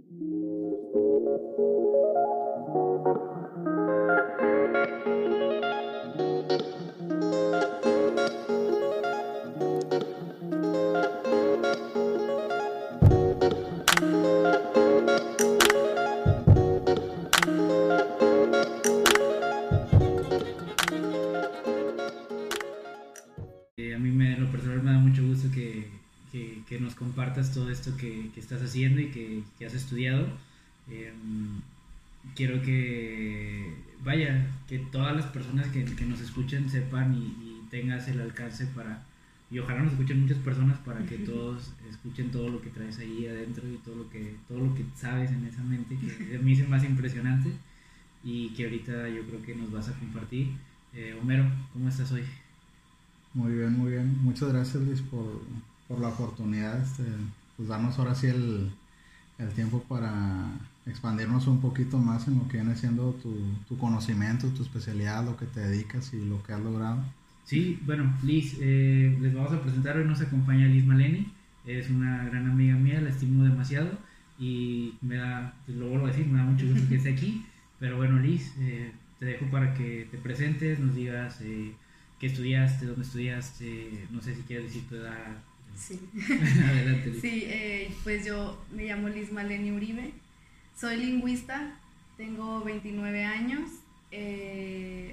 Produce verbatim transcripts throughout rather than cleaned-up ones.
Que nos compartas todo esto que, que estás haciendo y que, que has estudiado. Eh, quiero que, vaya, que todas las personas que, que nos escuchen sepan y, y tengas el alcance para, y ojalá nos escuchen muchas personas para que todos escuchen todo lo que traes ahí adentro y todo lo que, todo lo que sabes en esa mente, que a mí es más impresionante y que ahorita yo creo que nos vas a compartir. Eh, Homero, ¿cómo estás hoy? Muy bien, muy bien. Muchas gracias, Luis, por... por la oportunidad, este, pues darnos ahora sí el, el tiempo para expandirnos un poquito más en lo que viene siendo tu, tu conocimiento, tu especialidad, lo que te dedicas y lo que has logrado. Sí, bueno, Liz, eh, les vamos a presentar, hoy nos acompaña Liz Maleni, es una gran amiga mía, la estimo demasiado y me da, pues lo vuelvo a decir, me da mucho gusto que esté aquí, pero bueno, Liz, eh, te dejo para que te presentes, nos digas eh, qué estudiaste, dónde estudiaste, no sé si quieres decir tu edad. Sí. Adelante, Liz. Sí, eh, pues yo me llamo Liz Maleni Uribe, soy lingüista, tengo veintinueve años, eh,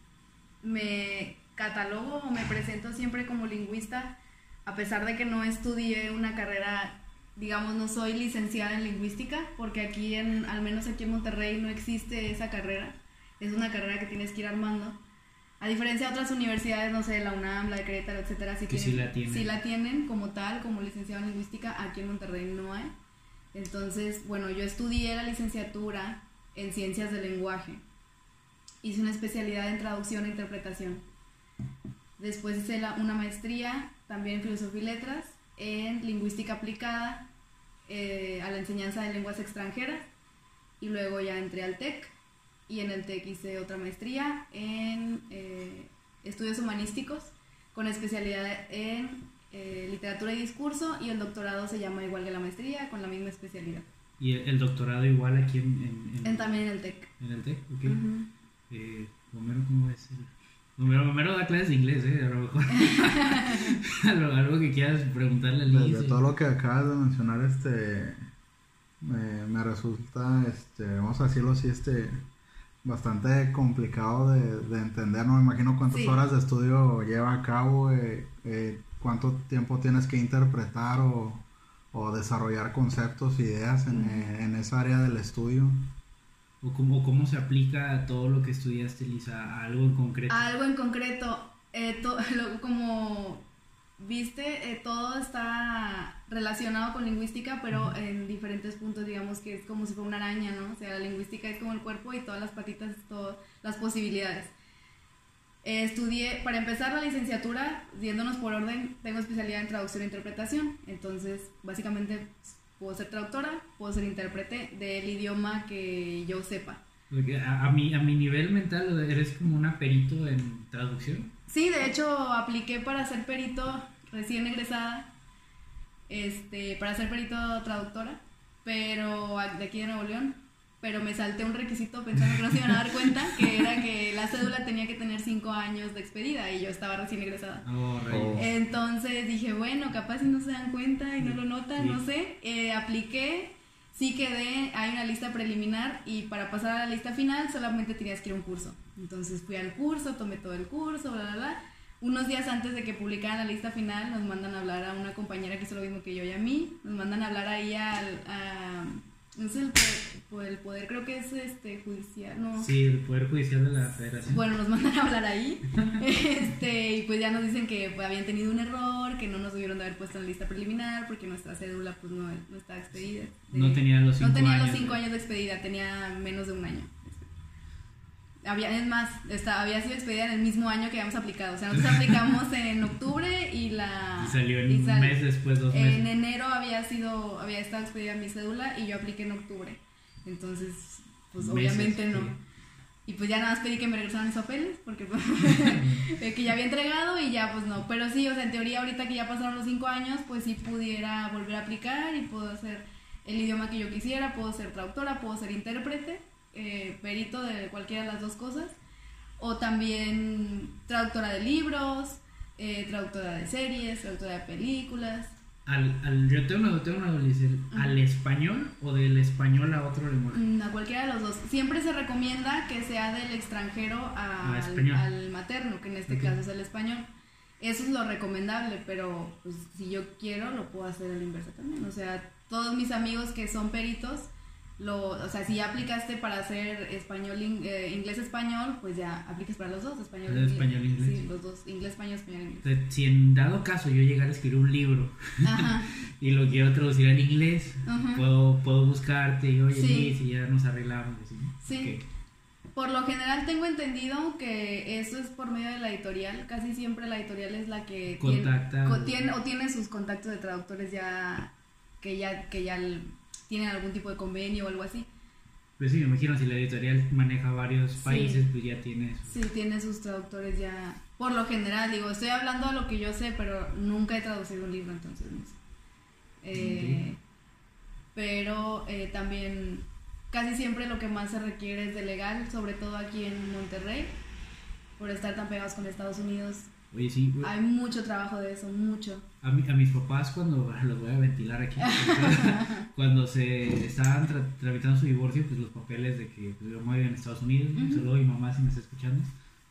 me catalogo o me presento siempre como lingüista, a pesar de que no estudié una carrera, digamos, no soy licenciada en lingüística, porque aquí, en, al menos aquí en Monterrey, no existe esa carrera, es una carrera que tienes que ir armando. A diferencia de otras universidades, no sé, la UNAM, la de Querétaro, etcétera, sí, tienen, sí, la tienen. sí la tienen como tal, como licenciado en lingüística, aquí en Monterrey no hay. Entonces, bueno, yo estudié la licenciatura en ciencias del lenguaje. Hice una especialidad en traducción e interpretación. Después hice la, una maestría, también en filosofía y letras, en lingüística aplicada eh, a la enseñanza de lenguas extranjeras. Y luego ya entré al TEC. Y en el TEC hice otra maestría en eh, estudios humanísticos con especialidad en eh, literatura y discurso, y el doctorado se llama igual que la maestría, con la misma especialidad. ¿Y el, el doctorado igual aquí en, en, en, en también en el TEC? En el TEC, ok. Uh-huh. eh, Homero, ¿cómo es? Homero, Homero da clases de inglés, ¿eh? A lo mejor algo, algo que quieras preguntarle a Liz. De todo lo que acabas de mencionar, este me, me resulta, este vamos a decirlo así, este bastante complicado de, de entender. No me imagino cuántas sí. horas de estudio lleva a cabo, eh, eh, cuánto tiempo tienes que interpretar o, o desarrollar conceptos, ideas en, mm. eh, en esa área del estudio. O cómo, cómo se aplica todo lo que estudiaste, Lisa, a algo en concreto. A algo en concreto, eh, to, lo, como viste, eh, todo está relacionado con lingüística, pero uh-huh. en diferentes puntos, digamos que es como si fuera una araña, ¿no? O sea, la lingüística es como el cuerpo y todas las patitas, todas las posibilidades. Eh, estudié, para empezar la licenciatura, yéndonos por orden, tengo especialidad en traducción e interpretación, entonces básicamente puedo ser traductora, puedo ser intérprete del idioma que yo sepa. A, a, mi, a mi nivel mental, ¿eres como una perito en traducción? Sí, de hecho apliqué para ser perito recién egresada, este, para ser perito traductora, pero de aquí de Nuevo León, pero me salté un requisito pensando que no se iban a dar cuenta, que era que la cédula tenía que tener cinco años de expedida y yo estaba recién egresada. Oh, rayos. Entonces dije, bueno, capaz si no se dan cuenta y no lo notan, sí. no sé, eh, apliqué, sí quedé, hay una lista preliminar y para pasar a la lista final solamente tenías que ir a un curso. Entonces fui al curso, tomé todo el curso, bla, bla, bla. Unos días antes de que publicaran la lista final nos mandan a hablar a una compañera que hizo lo mismo que yo y a mí, nos mandan a hablar ahí al... A, no sé, el poder, el poder creo que es este judicial, ¿no? Sí, el Poder Judicial de la Federación. Bueno, nos mandan a hablar ahí este, y pues ya nos dicen que pues, habían tenido un error, que no nos debieron de haber puesto en la lista preliminar porque nuestra cédula pues no, no estaba expedida. De, no tenía los cinco años. No tenía años, los cinco años de expedida, tenía menos de un año. Había, es más, esta, había sido expedida en el mismo año que habíamos aplicado. O sea, nosotros aplicamos en octubre y la... Y salió en y sal, un mes después, dos meses. En enero había sido, había estado expedida mi cédula y yo apliqué en octubre. Entonces, pues meses, obviamente no. Sí. Y pues ya nada más pedí que me regresaran mis papeles, porque pues, que ya había entregado y ya pues no. Pero sí, o sea, en teoría ahorita que ya pasaron los cinco años, pues sí pudiera volver a aplicar y puedo hacer el idioma que yo quisiera, puedo ser traductora, puedo ser intérprete, eh, perito de cualquiera de las dos cosas, o también traductora de libros, eh, traductora de series, traductora de películas. Al, al, yo tengo una, tengo una duda, uh-huh. ¿Al español o del español a otro lenguaje? A cualquiera de los dos. Siempre se recomienda que sea del extranjero a, al, al materno, que en este okay. caso es el español. Eso es lo recomendable, pero pues, si yo quiero lo puedo hacer a la inversa también. O sea, todos mis amigos que son peritos, lo, o sea, si ya aplicaste para hacer español, eh, inglés-español, pues ya apliques para los dos, español inglés. Español, inglés. Sí, los dos, inglés-español, español-inglés. O sea, si en dado caso yo llegara a escribir un libro y lo quiero traducir al inglés, puedo, puedo buscarte y oye, sí. si ya nos arreglamos. Así, ¿no? Sí. Okay. Por lo general tengo entendido que eso es por medio de la editorial. Casi siempre la editorial es la que contacta tiene, tiene, o tiene sus contactos de traductores ya que ya que ya tienen algún tipo de convenio o algo así. Pues sí, me imagino si la editorial maneja varios países, sí. pues ya tiene sus... Sí, tiene sus traductores ya. Por lo general, digo, estoy hablando de lo que yo sé, pero nunca he traducido un libro, entonces no sé. Eh, okay. Pero eh, también casi siempre lo que más se requiere es de legal, sobre todo aquí en Monterrey, por estar tan pegados con Estados Unidos. Oye, sí. Hay mucho trabajo de eso, mucho. A, mi, a mis papás, cuando los voy a ventilar aquí, cuando se estaban tra tramitando su divorcio, pues los papeles de que pues, yo me voy en Estados Unidos, uh-huh. un saludo a mi mamá si me está escuchando,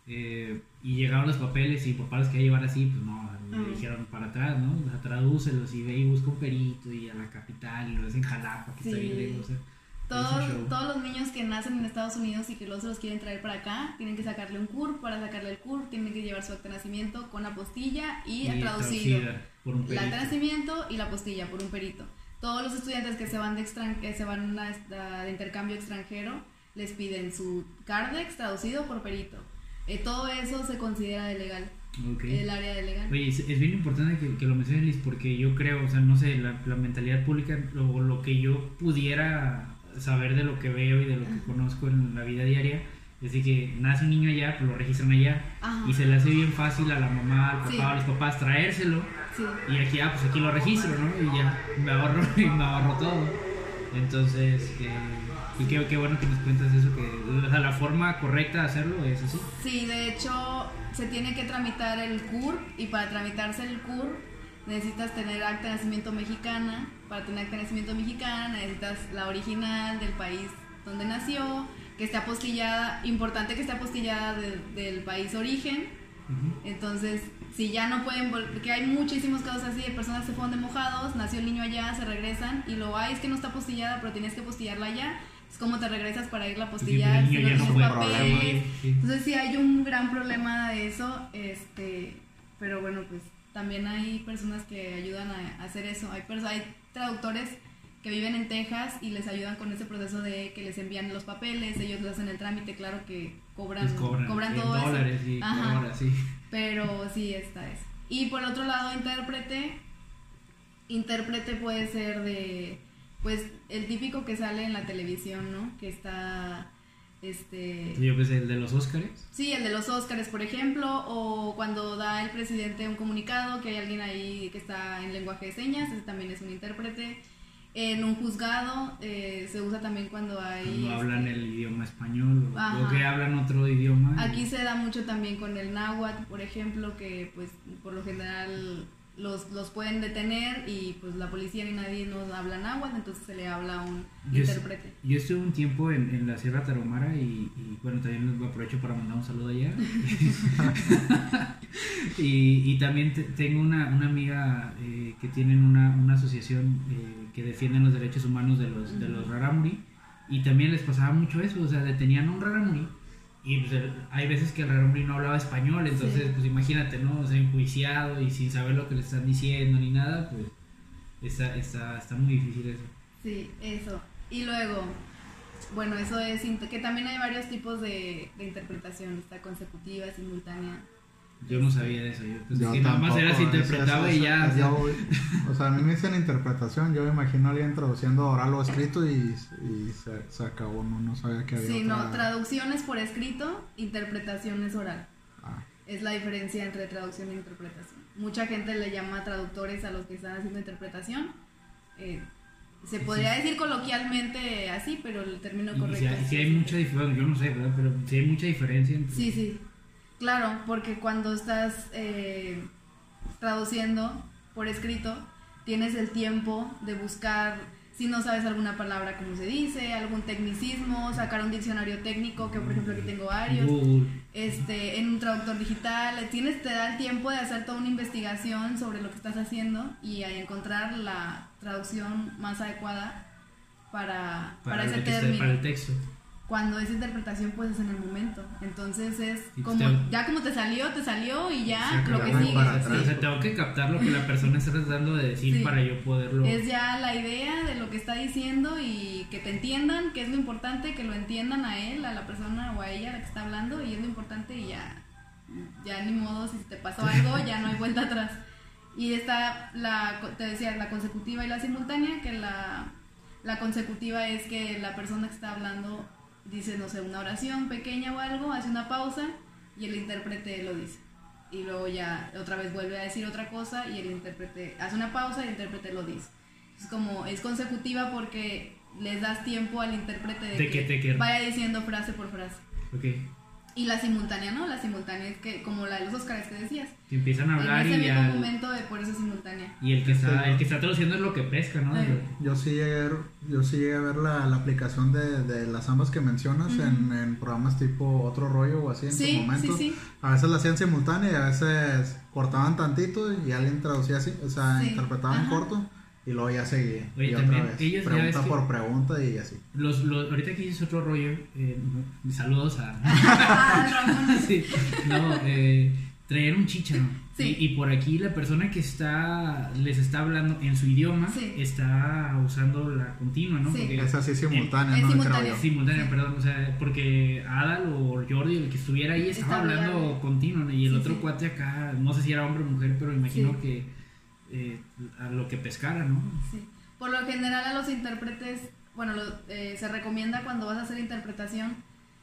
eh, y llegaron los papeles y papá los quería llevar así, pues no, uh-huh. le dijeron para atrás, ¿no? O sea, tradúcelos y ve y busca un perito y a la capital y lo ves en Jalapa, que sí. está bien lejos, o sea. Todos, todos los niños que nacen en Estados Unidos y que luego se los quieren traer para acá, tienen que sacarle un C U R, para sacarle el C U R tienen que llevar su acta de nacimiento con apostilla y, y traducido. Por un perito. El acta de nacimiento y la apostilla por un perito. Todos los estudiantes que se van de, que se van a, a, de intercambio extranjero les piden su Cardex traducido por perito. Eh, todo eso se considera de legal. Okay. El área de legal. Oye, es, es bien importante que, que lo menciones, Liz, porque yo creo, o sea, no sé, la, la mentalidad pública, lo, lo que yo pudiera saber de lo que veo y de lo que conozco en la vida diaria, es de que nace un niño allá, pues lo registran allá. Ajá. Y se le hace bien fácil a la mamá, al papá, sí. a los papás traérselo, sí. y aquí, ah, pues aquí lo registro, ¿no? Y ya me ahorro, y me ahorro todo. Entonces, eh, y qué, qué bueno que nos cuentas eso, que o sea, la forma correcta de hacerlo es así. Sí, de hecho, se tiene que tramitar el C U R, y para tramitarse el C U R necesitas tener acta de nacimiento mexicana. Para tener acta de nacimiento mexicana necesitas la original del país donde nació, que esté apostillada, importante que esté apostillada de, del país origen. Uh-huh. Entonces, si ya no pueden, porque hay muchísimos casos así de personas que se fueron de mojados, nació el niño allá, se regresan y lo hay, es que no está apostillada, pero tienes que apostillarla allá. Es como te regresas para irla a apostillar, sí, si no tienes no papeles. Sí. Entonces sí hay un gran problema de eso, este, pero bueno, pues también hay personas que ayudan a hacer eso. Hay, hay traductores que viven en Texas y les ayudan con ese proceso de que les envían los papeles, ellos les hacen el trámite, claro que cobran, pues cobran, cobran todo en dólares eso. Y ahora, sí. Pero sí, está eso. Y por otro lado, intérprete, intérprete puede ser de, pues, el típico que sale en la televisión, ¿no? Que está... Este, yo pensé el de los Óscares. Sí, el de los Óscares, por ejemplo, o cuando da el presidente un comunicado que hay alguien ahí que está en lenguaje de señas, ese también es un intérprete. En un juzgado eh, se usa también cuando hay... Cuando este, hablan el idioma español o, o que hablan otro idioma. Aquí y... se da mucho también con el náhuatl, por ejemplo, que pues por lo general los, los pueden detener y pues la policía ni nadie no habla náhuatl, entonces se le habla a un yo intérprete. Es, yo estuve un tiempo en, en la Sierra Tarahumara y, y bueno, también aprovecho para mandar un saludo allá. y, y también te, tengo una, una amiga eh, que tienen una, una asociación eh, que defienden los derechos humanos de los, uh-huh. de los rarámuri, y también les pasaba mucho eso, o sea, detenían a un rarámuri y pues el, hay veces que el rarámuri no hablaba español, entonces sí. pues imagínate, ¿no? O sea, enjuiciado y sin saber lo que le están diciendo ni nada, pues está, está, está muy difícil eso. Sí, eso. Y luego, bueno, eso es que también hay varios tipos de, de interpretación, está consecutiva, simultánea. Yo no sabía de eso, yo pensé yo que nada más era se interpretaba eso, eso, y ya. O sea, yo, o sea, a mí me dicen interpretación, yo me imagino a alguien traduciendo oral o escrito y, y se, se acabó, no, no sabía que había sí, otra... no, traducción es por escrito, interpretación es oral. Ah. Es la diferencia entre traducción e interpretación. Mucha gente le llama traductores a los que están haciendo interpretación, eh, Se podría decir coloquialmente así, pero el término correcto. Y si hay, si hay mucha diferencia, yo no sé, ¿verdad? Pero si hay mucha diferencia entre... Sí, sí, claro, porque cuando estás eh, traduciendo por escrito, tienes el tiempo de buscar, si no sabes alguna palabra, cómo se dice, algún tecnicismo, sacar un diccionario técnico, que por ejemplo aquí tengo varios, Google. este, en un traductor digital, tienes, te da el tiempo de hacer toda una investigación sobre lo que estás haciendo y a encontrar la traducción más adecuada para, para, para ese el, término. para el texto. Cuando es interpretación, pues es en el momento. Entonces es Y como, te... ya como te salió, te salió y ya sí, lo que no sigue. para Sí. atrás. O sea, tengo que captar lo que la persona está tratando de decir Sí. para yo poderlo... Es ya la idea de lo que está diciendo y que te entiendan, que es lo importante, que lo entiendan a él, a la persona o a ella a la que está hablando, y es lo importante y ya, ya ni modo, si te pasó algo, ya no hay vuelta atrás. Y está la, te decía, la consecutiva y la simultánea, que la, la consecutiva es que la persona que está hablando dice, no sé, una oración pequeña o algo, hace una pausa y el intérprete lo dice. Y luego ya otra vez vuelve a decir otra cosa y el intérprete hace una pausa y el intérprete lo dice. Es como, es consecutiva porque les das tiempo al intérprete de, de que, que te vaya diciendo frase por frase. Okay. Y la simultánea, ¿no? La simultánea es que, como la de los Óscares que decías. Que empiezan a hablar en ese y mismo ya... momento de por eso simultánea. Y el que está, Sí. el que está traduciendo es lo que pesca, ¿no? Sí. Yo sí llegué, yo sí llegué a ver la, la aplicación de, de las ambas que mencionas Ujú. en, en programas tipo Otro Rollo o así en Sí, su momento. sí, sí. A veces la hacían simultánea y a veces cortaban tantito y alguien traducía así, o sea, Sí. interpretaba en Ajá. corto y luego ya seguía. Oye, y también otra vez, ellos ya pregunta ves que- por pregunta y así. Los, los, ahorita que dices Otro Rollo, eh, no, saludos a... Ah, Ramón. sí, no, eh, traían un chícharo. Sí. Y, y por aquí la persona que está les está hablando en su idioma Sí. está usando la continua, ¿no? Sí. Porque, Es así simultánea, Es ¿no? simultánea. Creo yo. simultánea, Sí. perdón, o sea, porque Adal o Jordi, el que estuviera ahí, estaba Estaba hablando hablando. continuo, ¿no? Y el Sí, otro sí. cuate acá, no sé si era hombre o mujer, pero imagino Sí. que eh, a lo que pescara, ¿no? Sí. Por lo general a los intérpretes, bueno, lo- eh, se recomienda cuando vas a hacer interpretación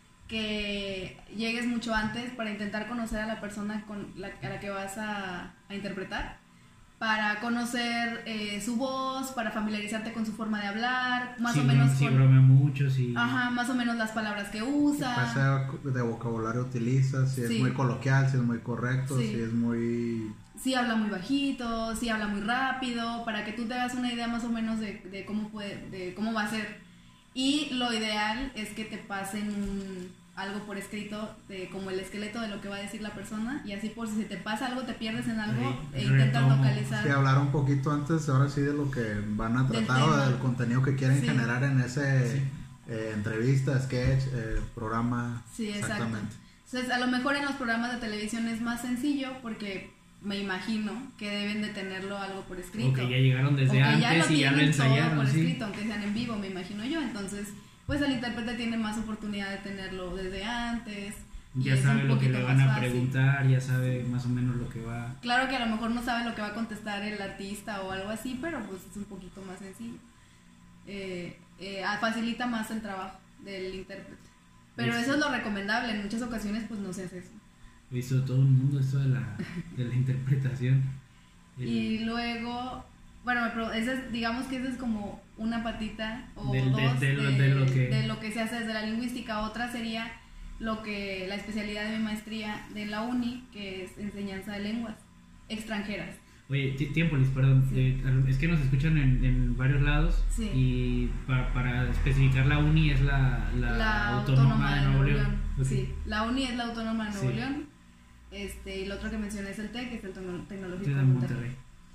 que llegues mucho antes para intentar conocer a la persona con la, a la que vas a, a interpretar, para conocer eh, su voz, para familiarizarte con su forma de hablar, más si o menos si con, bromea mucho, si... ajá, más o menos las palabras que ¿Qué usa. clase de vocabulario utilizas? Si es Sí. muy coloquial, si es muy correcto, Sí. si es muy... Si habla muy bajito, si habla muy rápido, para que tú te hagas una idea más o menos de, de cómo puede, de cómo va a ser. Y lo ideal es que te pasen un- algo por escrito, de, como el esqueleto de lo que va a decir la persona, y así por si se te pasa algo, te pierdes en algo, Sí, e intentas retomo. localizar. Sí, hablar un poquito antes, ahora sí, de lo que van a Del tratar o tema. del contenido que quieren Sí. generar en ese Sí. eh, entrevista, sketch, eh, programa. Sí, exacto. Exactamente. Entonces, a lo mejor en los programas de televisión es más sencillo, porque me imagino que deben de tenerlo algo por escrito. O que ya llegaron O desde que ya antes lo y ya lo tienen todo ensayaron, por sí. escrito, aunque sean en vivo, me imagino yo. Entonces, pues el intérprete tiene más oportunidad de tenerlo desde antes. y Ya es sabe un lo que poquito le van más a fácil. preguntar, ya sabe más o menos lo que va... Claro que a lo mejor no sabe lo que va a contestar el artista o algo así, pero pues es un poquito más sencillo. Eh, eh, facilita más el trabajo del intérprete. Pero Sí. eso es lo recomendable. En muchas ocasiones pues no se hace eso. He visto todo el mundo esto de la, de la interpretación. El- Y luego, bueno, pero ese es- digamos que esa es como una patita o Del- de- dos de lo- de lo que- de lo que se hace desde la lingüística. Otra sería lo que la especialidad de mi maestría de la uni, que es enseñanza de lenguas extranjeras. Oye, ti- tiempo, Liz, perdón. Sí. eh, es que nos escuchan en, en varios lados. Sí. Y para, para especificar, la uni es la, la, La autónoma, de Nuevo León. Ok. Sí, la uni es la autónoma de Nuevo Sí. León. Este, y lo otro que mencioné es el TEC, que es el Tecno- Tecnológico Sí, de de Monterrey. Monterrey.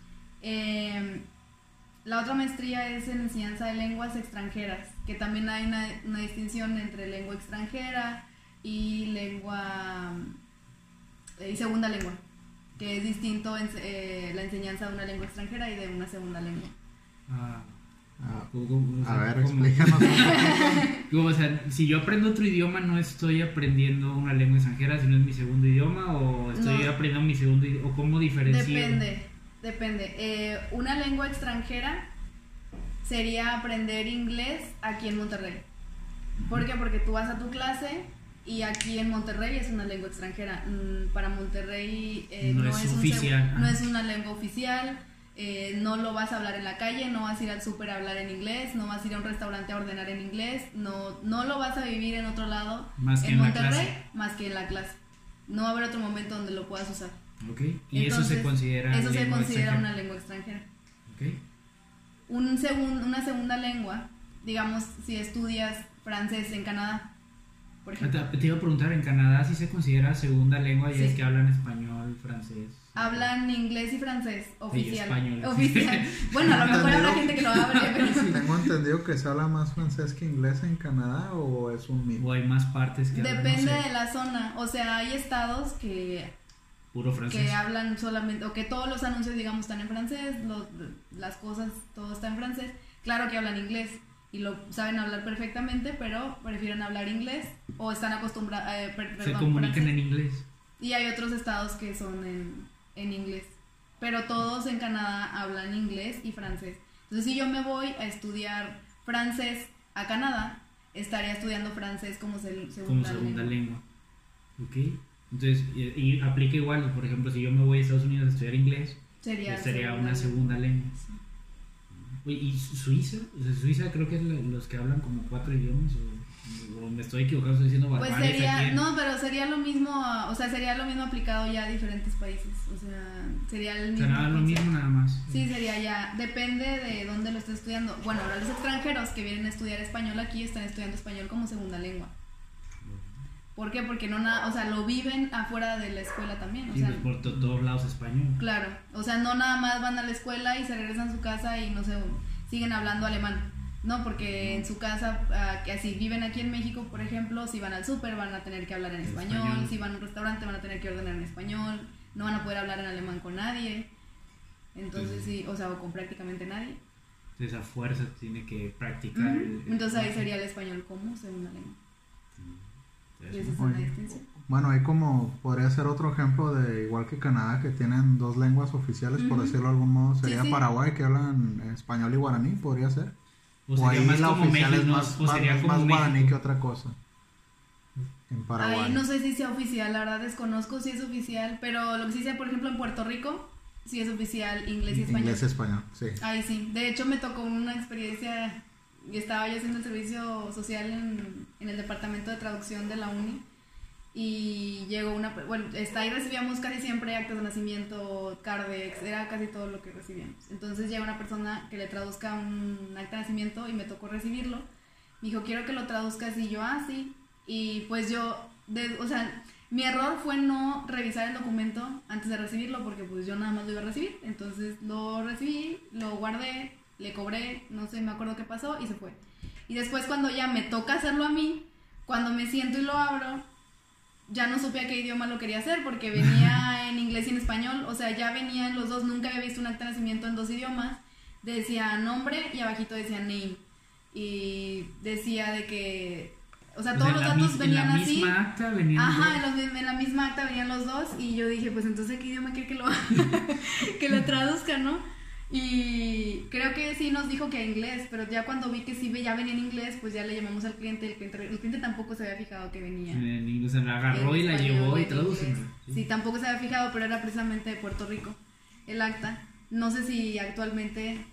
Eh, la otra maestría es en enseñanza de lenguas extranjeras, que también hay una, una distinción entre lengua extranjera y lengua eh, y segunda lengua, que es distinto en, eh, la enseñanza de una lengua extranjera y de una segunda lengua. Ah, Ah, ¿cómo- cómo- o sea, a ver, cómo- explícanos un poquito. Digo, o sea, si yo aprendo otro idioma, no estoy aprendiendo una lengua extranjera, sino es mi segundo idioma, o estoy No. aprendiendo mi segundo idioma, o cómo diferencio. Depende, depende. Eh, una lengua extranjera sería aprender inglés aquí en Monterrey. ¿Por qué? Porque tú vas a tu clase y aquí en Monterrey es una lengua extranjera. Mm, Para Monterrey eh, No no, es es un oficial. seg- no Ah. es una lengua oficial. Eh, no lo vas a hablar en la calle, no vas a ir al súper a hablar en inglés, no vas a ir a un restaurante a ordenar en inglés, no, no lo vas a vivir en otro lado, más que en, en Monterrey, la clase. Más que en la clase. No va a haber otro momento donde lo puedas usar. Okay. Y Entonces, eso se considera eso se considera extranjera. una lengua extranjera. Okay. Un segun, una segunda lengua, digamos, si estudias francés en Canadá, por ejemplo. Te, te iba a preguntar, ¿en Canadá sí se considera segunda lengua y Sí. es que hablan español, francés? Hablan inglés y francés, oficial. Y español. Oficial. Bueno, a lo mejor habrá gente que lo hable, pero... Tengo entendido que se habla más francés que inglés en Canadá, o es un mito. O hay más partes que hablan, Depende no sé, de la zona. O sea, hay estados que, puro francés. que hablan solamente, o que todos los anuncios, digamos, están en francés, los, las cosas, todo está en francés. Claro que hablan inglés y lo saben hablar perfectamente, pero prefieren hablar inglés o están acostumbrados, eh, per, Se perdón, comunican francés. en inglés. Y hay otros estados que son en, en inglés. Pero todos en Canadá hablan inglés y francés. Entonces, si yo me voy a estudiar francés a Canadá, estaría estudiando francés como se, segunda, Como segunda lengua. lengua. Ok. Entonces, y, y aplica igual. Por ejemplo, si yo me voy a Estados Unidos a estudiar inglés, Sería, pues sería segunda una lengua. segunda lengua. Sí. Oye, ¿y Suiza? O sea, Suiza creo que es la- los que hablan como cuatro idiomas. O, o me estoy equivocando, estoy diciendo Pues barbaries aquí sería, en- no, pero sería lo mismo, a- o sea, sería lo mismo aplicado ya a diferentes países. O sea, sería el mismo. Será lo concepto. mismo nada más. Sí, sería ya, depende de dónde lo estés estudiando. Bueno, ahora los extranjeros que vienen a estudiar español aquí están estudiando español como segunda lengua. ¿Por qué? Porque no nada, o sea, lo viven afuera de la escuela también, o Sí, sea, pues por to- todos lados español. claro, o sea, no nada más van a la escuela y se regresan a su casa y no sé, siguen hablando alemán. No, porque en su casa, ah, que así viven aquí en México, por ejemplo, si van al súper van a tener que hablar en español, Español. si van a un restaurante van a tener que ordenar en español, no van a poder hablar en alemán con nadie. Entonces Ujú. sí, o sea, o con prácticamente nadie. Entonces a fuerza tiene que practicar. Ujú. el- el- Entonces ahí sería el español como segunda lengua. Y esa es Oye, una distinción. Bueno, ahí como podría ser otro ejemplo de igual que Canadá, que tienen dos lenguas oficiales, por Ujú. decirlo de algún modo, sería Sí, sí. Paraguay, que hablan español y guaraní, podría ser. O sería ahí más la como oficial México, es ¿no? más, O más- sería más como guaraní México. que otra cosa. En Paraguay. Ahí no sé si sea oficial, la verdad desconozco si es oficial, pero lo que sí sé, por ejemplo, en Puerto Rico, sí es oficial inglés y español. Inglés y español, sí. Ahí sí, de hecho me tocó una experiencia, y estaba yo haciendo el servicio social en, en el departamento de traducción de la uni, y llegó una, bueno, está ahí recibíamos casi siempre actas de nacimiento, Cardex, era casi todo lo que recibíamos. Entonces llega una persona que le traduzca un acta de nacimiento y me tocó recibirlo. Me dijo, quiero que lo traduzcas, y yo, ah, sí. Y pues yo, de, o sea, mi error fue no revisar el documento antes de recibirlo, porque pues yo nada más lo iba a recibir. Entonces lo recibí, lo guardé, le cobré, no sé, me acuerdo qué pasó y se fue. Y después cuando ya me toca hacerlo a mí, cuando me siento y lo abro, ya no supe a qué idioma lo quería hacer, porque venía en inglés y en español, o sea, ya venía en los dos, nunca había visto un acta de nacimiento en dos idiomas. Decía nombre y abajito decía name, y decía de que, o sea, O todos sea, los en la datos mis- venían en la así. misma acta venían Ajá, en, dos. los- en la misma acta venían los dos, y yo dije, pues entonces qué idioma quiere que lo que lo traduzca, ¿no? Y creo que sí nos dijo que inglés, pero ya cuando vi que sí ve- ya venía en inglés, pues ya le llamamos al cliente, el cliente, el cliente tampoco se había fijado que venía. En inglés, o sea, la agarró en y la español llevó y en traduce. inglés. Sí, tampoco se había fijado, pero era precisamente de Puerto Rico el acta. No sé si actualmente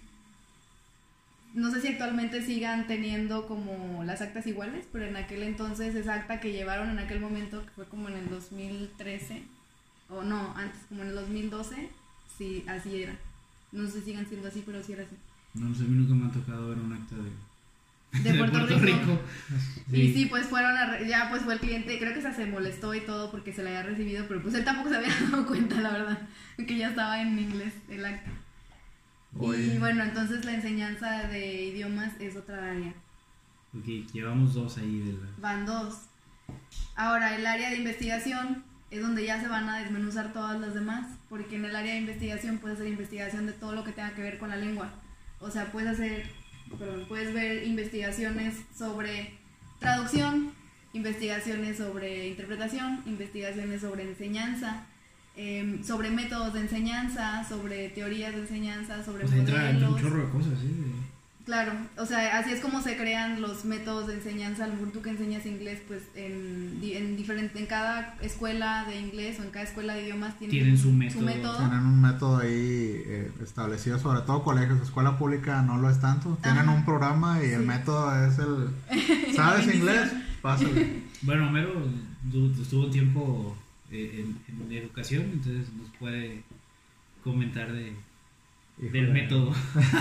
no sé si actualmente sigan teniendo como las actas iguales, pero en aquel entonces esa acta que llevaron en aquel momento, que fue como en el dos mil trece, o no, antes, como en el dos mil doce, sí, así era. No sé si sigan siendo así, pero sí era así. No sé, a mí nunca me ha tocado ver un acta de, De Puerto, Rico. Sí. Y sí, pues fueron a re- ya pues fue el cliente, creo que hasta se molestó y todo porque se la había recibido, pero pues él tampoco se había dado cuenta, la verdad, que ya estaba en inglés el acta. Oye. Y bueno, entonces la enseñanza de idiomas es otra área. Ok, llevamos dos ahí de la... Van dos. Ahora, el área de investigación es donde ya se van a desmenuzar todas las demás, porque en el área de investigación puedes hacer investigación de todo lo que tenga que ver con la lengua. O sea, puedes hacer, perdón, puedes ver investigaciones sobre traducción, investigaciones sobre interpretación, investigaciones sobre enseñanza, eh, sobre métodos de enseñanza, sobre teorías de enseñanza, sobre O sea, entra, entra un modelos. chorro de cosas, ¿sí? De- Claro, o sea, así es como se crean los métodos de enseñanza. A lo mejor tú que enseñas inglés, pues en, en diferente, en cada escuela de inglés o en cada escuela de idiomas tienen, tienen su, método. su método. Tienen un método ahí eh, establecido, sobre todo colegios. Escuela pública no lo es tanto. Tienen Ajá. un programa y sí. el método es el... ¿Sabes inglés? Pásale. Bueno, Homero estuvo un tiempo en, en educación, entonces nos puede comentar de... Híjole. Del método.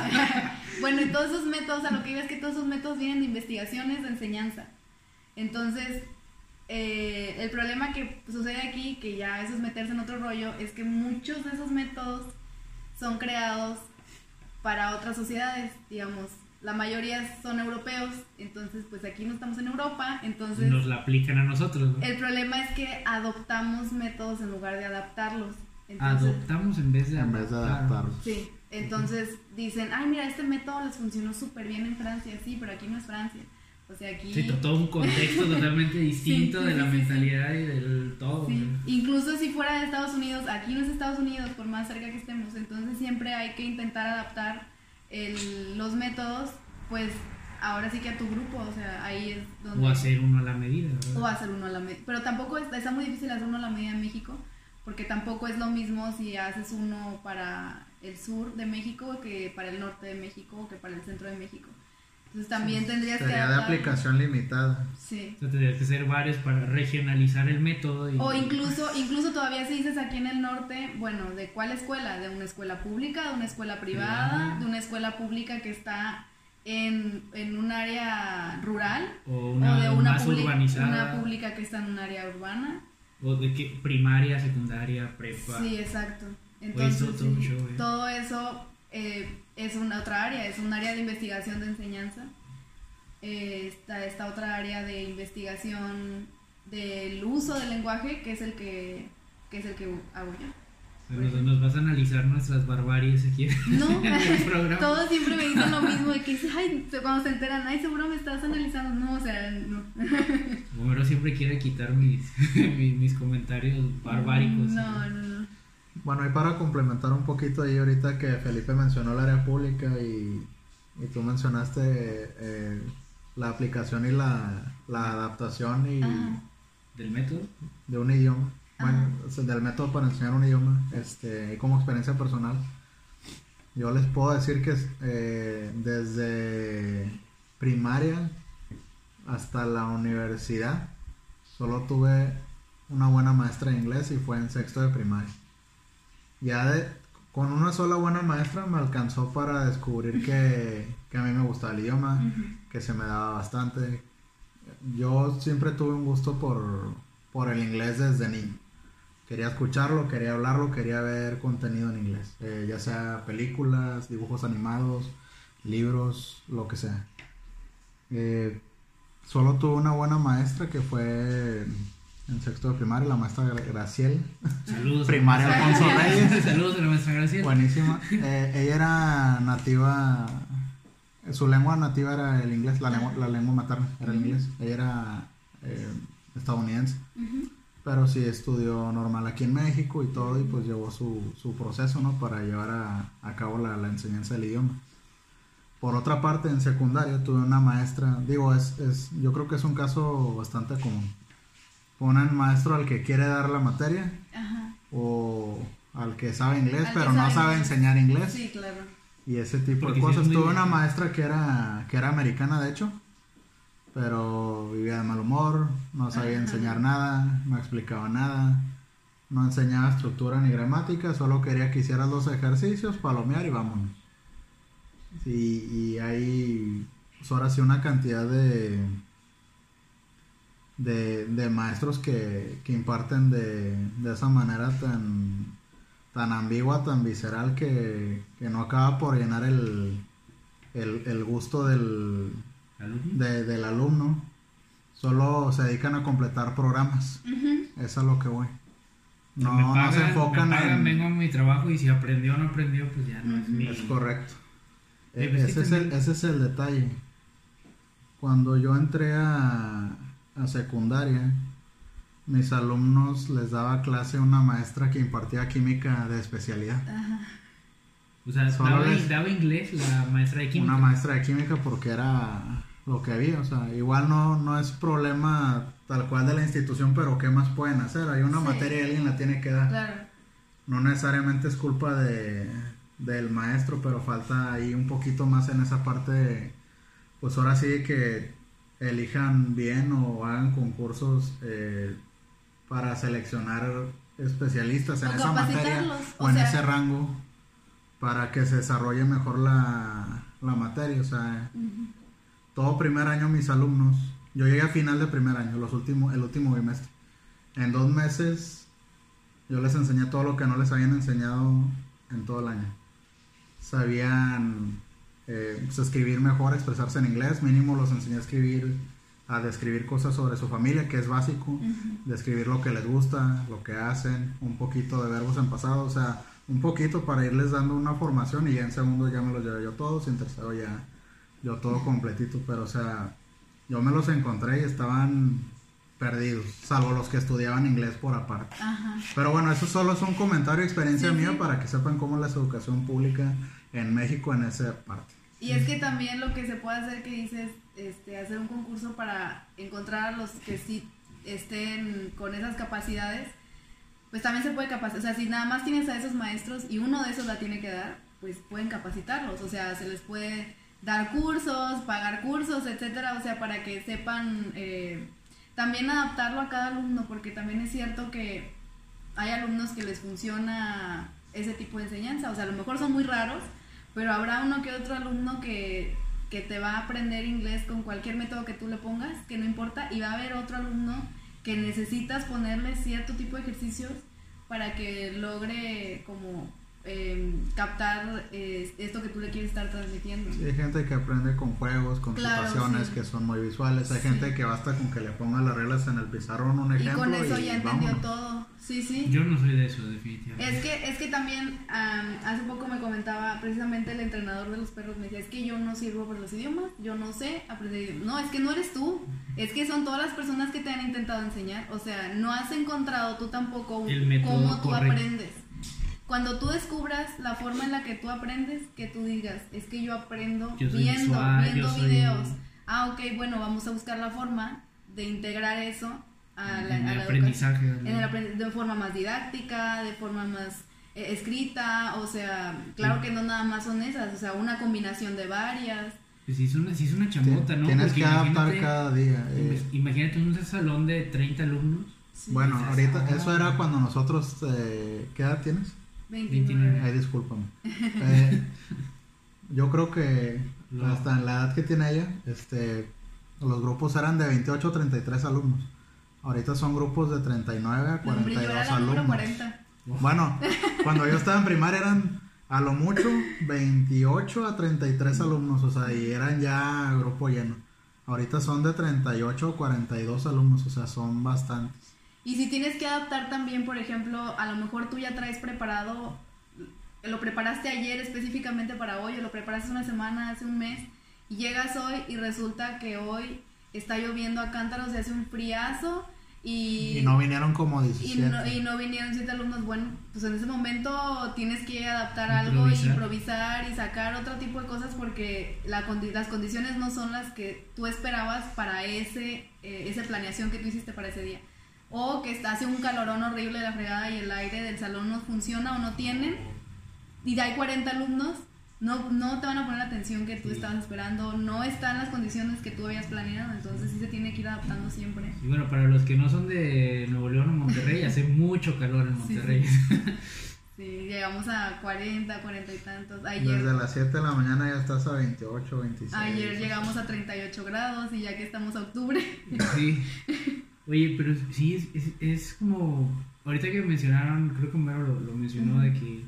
Bueno, y todos esos métodos, a lo que iba es que todos esos métodos vienen de investigaciones de enseñanza. Entonces, eh, el problema que sucede aquí, que ya eso es meterse en otro rollo, es que muchos de esos métodos son creados para otras sociedades, digamos. La mayoría son europeos, entonces pues aquí no estamos en Europa, entonces... Nos la aplican a nosotros, ¿no? El problema es que adoptamos métodos en lugar de adaptarlos. Entonces, adoptamos en vez de en vez de adaptarlos. Sí, entonces dicen, ay, mira, este método les funcionó súper bien en Francia, sí, pero aquí no es Francia. O sea, aquí... Sí, todo un contexto totalmente distinto sí, sí, de la sí, mentalidad sí. y del todo. Sí. Incluso si fuera de Estados Unidos, aquí no es Estados Unidos, por más cerca que estemos. Entonces siempre hay que intentar adaptar el, los métodos, pues ahora sí que a tu grupo, o sea, ahí es donde... O hacer uno a la medida, ¿verdad? O hacer uno a la medida. Pero tampoco está, está muy difícil hacer uno a la medida en México, porque tampoco es lo mismo si haces uno para el sur de México que para el norte de México o que para el centro de México. Entonces también sí, tendrías sería que... Sería de aplicación limitada. Sí. O sea, tendrías que ser varios para regionalizar el método. Y... O incluso, incluso todavía si dices aquí en el norte, bueno, ¿de cuál escuela? ¿De una escuela pública? ¿De una escuela privada? ¿De una escuela pública que está en, en un área rural? ¿O, una, o de una, más public, urbanizada. Una pública que está en un área urbana? O de que primaria, secundaria, prepa. Sí, exacto. Entonces, eso, todo, sí, show, eh. todo eso eh, es una otra área, es un área de investigación de enseñanza. Eh, está esta otra área de investigación del uso del lenguaje, que es el que, que es el que hago yo. Nos, nos vas a analizar nuestras barbaries aquí no, en el programa. Todos siempre me dicen lo mismo, de que ay, cuando se enteran, ay, seguro me estás analizando. No, o sea, no. Homero siempre quiere quitar mis, mis, mis comentarios barbáricos. No, no, no. Bueno, y para complementar un poquito ahí ahorita que Felipe mencionó el área pública y, y tú mencionaste eh, la aplicación y la, la adaptación y Ajá. ¿Del método? De un idioma. Bueno, del método para enseñar un idioma, este, y como experiencia personal, yo les puedo decir que eh, desde primaria hasta la universidad solo tuve una buena maestra de inglés y fue en sexto de primaria. Ya de, con una sola buena maestra me alcanzó para descubrir que, que a mí me gustaba el idioma, uh-huh. que se me daba bastante. Yo siempre tuve un gusto por, por el inglés desde niño. Quería escucharlo, quería hablarlo, quería ver contenido en inglés, eh, ya sea películas, dibujos animados, libros, lo que sea. Eh, solo tuve una buena maestra que fue en sexto de primaria, la maestra Graciel. Saludos. Primaria Alfonso Reyes. Saludos a la maestra Graciel. Buenísima. Eh, ella era nativa, su lengua nativa era el inglés, la lengua, la lengua materna era el inglés. Ella era eh, estadounidense. Uh-huh. Pero sí estudió normal aquí en México y todo, y pues llevó su, su proceso, ¿no? Para llevar a, a cabo la, la enseñanza del idioma. Por otra parte, en secundaria tuve una maestra, digo, es, es yo creo que es un caso bastante común. Un maestro al que quiere dar la materia, ajá. o al que sabe inglés, al pero no sabe, sabe enseñar inglés. Sí, claro. Y ese tipo Porque de cosas. Si tuve una maestra que era, que era americana, de hecho. Pero vivía de mal humor, no sabía Ajá. enseñar nada, no explicaba nada, no enseñaba estructura ni gramática, solo quería que hicieras los ejercicios, palomear y vámonos. Sí, y hay pues ahora sí una cantidad de, de, de maestros que, que imparten de, de esa manera tan, tan ambigua, tan visceral, que, que no acaba por llenar el, el, el gusto del... De, del alumno. Solo se dedican a completar programas. Uh-huh. Eso es a lo que voy. No, me pagan, no se enfocan me pagan, en... vengo a mi trabajo y si aprendió o no aprendió, pues ya no uh-huh. es mi... Es correcto. Sí, pues ese, sí, es el, ese es el detalle. Cuando yo entré a, a secundaria, mis alumnos les daba clase a una maestra que impartía química de especialidad. Uh-huh. O sea, daba, daba inglés la maestra de química. Una maestra de química porque era lo que había, o sea, igual no, no es problema tal cual de la institución, pero ¿qué más pueden hacer? Hay una sí. materia y alguien la tiene que dar. Claro. No necesariamente es culpa de, del maestro, pero falta ahí un poquito más en esa parte de, pues ahora sí que elijan bien o hagan concursos eh, para seleccionar especialistas en esa materia o, o en sea, ese rango para que se desarrolle mejor la, la materia. O sea, uh-huh. todo primer año mis alumnos, yo llegué a final de primer año, los últimos, el último bimestre. En dos meses yo les enseñé todo lo que no les habían enseñado en todo el año. Sabían eh, pues, escribir mejor, expresarse en inglés, mínimo los enseñé a escribir, a describir cosas sobre su familia, que es básico, uh-huh. describir lo que les gusta, lo que hacen, un poquito de verbos en pasado, o sea, un poquito para irles dando una formación y ya en segundo ya me los llevé yo todos y en tercero ya yo todo completito, pero o sea, yo me los encontré y estaban perdidos, salvo los que estudiaban inglés por aparte. Ajá. Pero bueno, eso solo es un comentario, experiencia sí, mía sí. para que sepan cómo es la educación pública en México en esa parte. Y es que también lo que se puede hacer, que dices, este, hacer un concurso para encontrar a los que sí estén con esas capacidades, pues también se puede capacitar. O sea, si nada más tienes a esos maestros y uno de esos la tiene que dar, pues pueden capacitarlos. O sea, se les puede dar cursos, pagar cursos, etcétera. O sea, para que sepan eh, también adaptarlo a cada alumno, porque también es cierto que hay alumnos que les funciona ese tipo de enseñanza. O sea, a lo mejor son muy raros, pero habrá uno que otro alumno que, que te va a aprender inglés con cualquier método que tú le pongas, que no importa, y va a haber otro alumno que necesitas ponerle cierto tipo de ejercicios para que logre como eh, captar eh, esto que tú le quieres estar transmitiendo. Sí, hay gente que aprende con juegos, con claro, situaciones sí. que son muy visuales, hay sí. gente que basta con que le ponga las reglas en el pizarrón, un ejemplo, y con eso y ya entendió todo. Sí, sí. Yo no soy de eso, definitivamente. Es que, es que también um, hace poco me comentaba precisamente el entrenador de los perros, me decía, es que yo no sirvo para los idiomas, yo no sé aprender idiomas. No, es que no eres tú, es que son todas las personas que te han intentado enseñar, o sea, no has encontrado tú tampoco cómo tú correcto. aprendes. Cuando tú descubras la forma en la que tú aprendes, que tú digas, es que yo aprendo yo viendo, visual, viendo soy... videos. Ah, ok, bueno, vamos a buscar la forma de integrar eso a la, en a el la aprendizaje. En el aprend- de forma más didáctica, de forma más eh, escrita, o sea, claro sí. que no nada más son esas, o sea, una combinación de varias. Pues sí, es una, sí es una chambota, ¿no? Tienes Porque que adaptar cada día. Eh. Imagínate un salón de treinta alumnos. Sí. Bueno, dices, ahorita, oh. eso era cuando nosotros, eh, ¿qué edad tienes? veintinueve. Ay, discúlpame. eh, yo creo que no. hasta en la edad que tiene ella, este, los grupos eran de veintiocho a treinta y tres alumnos. Ahorita son grupos de treinta y nueve a cuarenta y dos no, alumnos. cuarenta. Bueno, cuando yo estaba en primaria eran a lo mucho veintiocho a treinta y tres alumnos, o sea, y eran ya grupo lleno. Ahorita son de treinta y ocho a cuarenta y dos alumnos, o sea, son bastantes. Y si tienes que adaptar también, por ejemplo, a lo mejor tú ya traes preparado, lo preparaste ayer específicamente para hoy, o lo preparaste una semana, hace un mes, y llegas hoy y resulta que hoy está lloviendo a cántaros, se hace un friazo y... Y no vinieron como diecisiete. Y no, y no vinieron siete alumnos. Bueno, pues en ese momento tienes que adaptar improvisar. algo, y improvisar y sacar otro tipo de cosas porque la, las condiciones no son las que tú esperabas para ese eh, esa planeación que tú hiciste para ese día. O que está, hace un calorón horrible de la fregada y el aire del salón no funciona o no tienen y hay cuarenta alumnos. No, no te van a poner la atención que tú sí. estabas esperando, no están las condiciones que tú habías planeado, entonces sí se tiene que ir adaptando siempre. Y bueno, para los que no son de Nuevo León o Monterrey, hace mucho calor en Monterrey. Sí, sí. sí, llegamos a cuarenta, cuarenta y tantos. Ayer, desde las siete de la mañana ya estás a veintiocho, veintiséis. Ayer llegamos a treinta y ocho grados y ya que estamos a octubre. Sí. Oye, pero sí, es, es, es como, ahorita que mencionaron, creo que Homero lo, lo mencionó, uh-huh. de que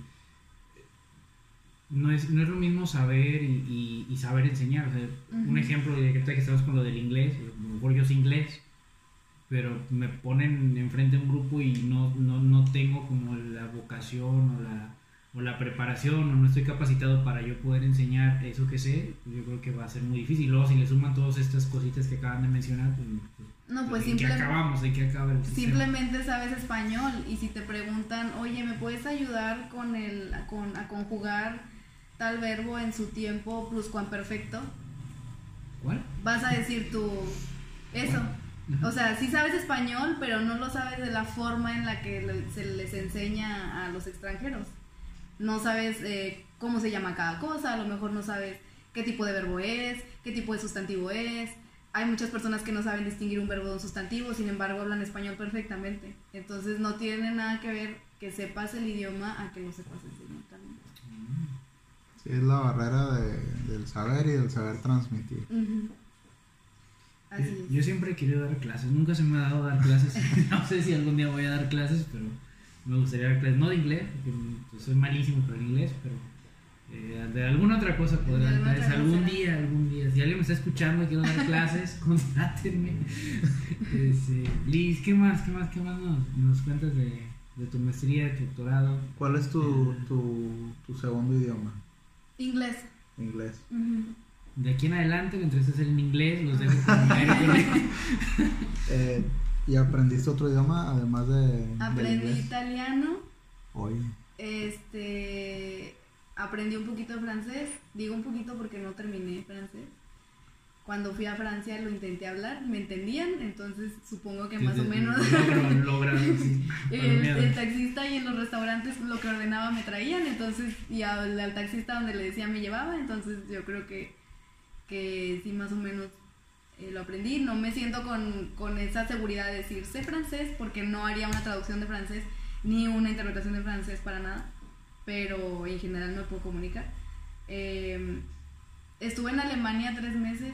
No es, no es lo mismo saber y, y, y saber enseñar. O sea, uh-huh. un ejemplo de que estamos con lo del inglés, a lo mejor yo sé inglés, pero me ponen enfrente de un grupo y no, no, no tengo como la vocación o la, o la preparación, o no estoy capacitado para yo poder enseñar eso que sé, pues yo creo que va a ser muy difícil. Luego si le suman todas estas cositas que acaban de mencionar, pues, pues no, pues ¿en qué acabamos? ¿En qué acaba el simplemente sabes español y si te preguntan, oye, ¿me puedes ayudar con el, con, a conjugar tal verbo en su tiempo pluscuamperfecto, ¿cuál? vas a decir tú eso. Uh-huh. O sea, sí sabes español, pero no lo sabes de la forma en la que le, se les enseña a los extranjeros. No sabes eh, cómo se llama cada cosa, a lo mejor no sabes qué tipo de verbo es, qué tipo de sustantivo es. Hay muchas personas que no saben distinguir un verbo de un sustantivo, sin embargo hablan español perfectamente. Entonces no tiene nada que ver que sepas el idioma a que lo sepas enseñar también. Sí, es la barrera de, del saber y del saber transmitir. Uh-huh. Así yo, es. yo siempre he querido dar clases, nunca se me ha dado dar clases. No sé si algún día voy a dar clases, pero me gustaría dar clases, no de inglés, porque pues, soy malísimo para el inglés, pero eh, de alguna otra cosa poder dar clases algún día, algún día. Si alguien me está escuchando y quiero dar clases, contáctenme. Este, Liz, ¿qué más, qué más, qué más nos, nos cuentas de, de tu maestría, de tu doctorado? ¿Cuál es tu, tu, tu segundo idioma? Inglés. Inglés. Uh-huh. De aquí en adelante, mientras estés en inglés, los dejo con eh, ¿Y aprendiste otro idioma además de Aprendí de italiano. Oye. Este... Aprendí un poquito de francés. Digo un poquito porque no terminé francés. Cuando fui a Francia lo intenté hablar, me entendían, entonces supongo que más o menos logran, logran, sí, el, el taxista y en los restaurantes lo que ordenaba me traían, entonces y al, al taxista donde le decía me llevaba, entonces yo creo que, que sí más o menos eh, lo aprendí. No me siento con, con esa seguridad de decir sé francés porque no haría una traducción de francés ni una interpretación de francés para nada, pero en general me puedo comunicar. Eh, estuve en Alemania tres meses.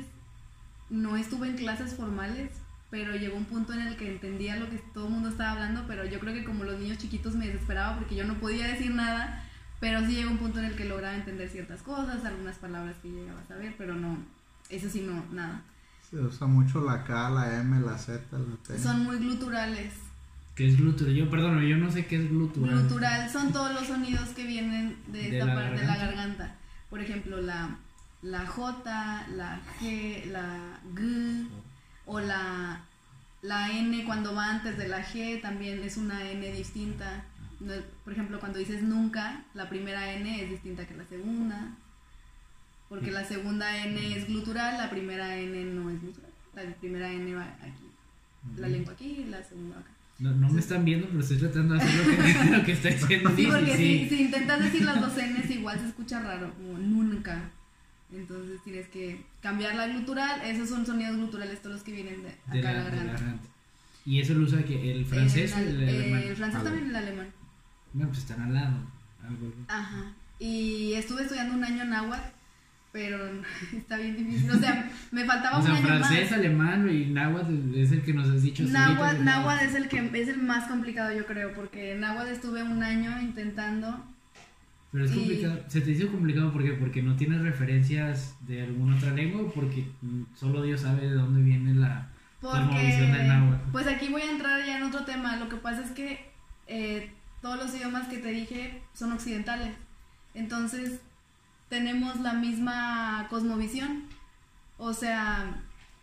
No estuve en clases formales, pero llegó un punto en el que entendía lo que todo el mundo estaba hablando, pero yo creo que como los niños chiquitos me desesperaba porque yo no podía decir nada, pero sí llegó un punto en el que lograba entender ciertas cosas, algunas palabras que llegaba a saber, pero no, eso sí no, nada. Se usa mucho la K, la M, la Z, la T. Son muy gluturales. ¿Qué es glutural? Yo, perdóname, yo no sé qué es glutural. Glutural son todos los sonidos que vienen de, de esta parte de la garganta. Por ejemplo, la... la J, la G, la G o la, la N cuando va antes de la G también es una N distinta. Por ejemplo, cuando dices nunca, la primera N es distinta que la segunda, porque la segunda N es glutural, la primera N no es glutural. La primera N va aquí, la lengua aquí y la segunda acá. No, no me están viendo, pero estoy tratando de hacer lo que, lo que está diciendo. Sí, porque sí. Si, si intentas decir las dos N's igual se escucha raro, como nunca. Entonces tienes que cambiar la glutural. Esos son sonidos gluturales todos los que vienen de acá de la, la garganta. garganta. ¿Y eso lo usa que el francés o el, el eh, alemán? El francés también y el alemán. No, pues están al lado. Algo. Ajá. Y estuve estudiando un año náhuatl, pero está bien difícil. O sea, me faltaba o sea, un año francés, más. alemán y náhuatl es el que nos has dicho. Náhuatl, náhuatl es el que es el más complicado, yo creo, porque en náhuatl estuve un año intentando. Pero es complicado. ¿Se te hizo complicado por qué? ¿Porque no tienes referencias de alguna otra lengua o porque solo Dios sabe de dónde viene la cosmovisión del náhuatl? Pues aquí voy a entrar ya en otro tema. Lo que pasa es que eh, todos los idiomas que te dije son occidentales. Entonces tenemos la misma cosmovisión. O sea,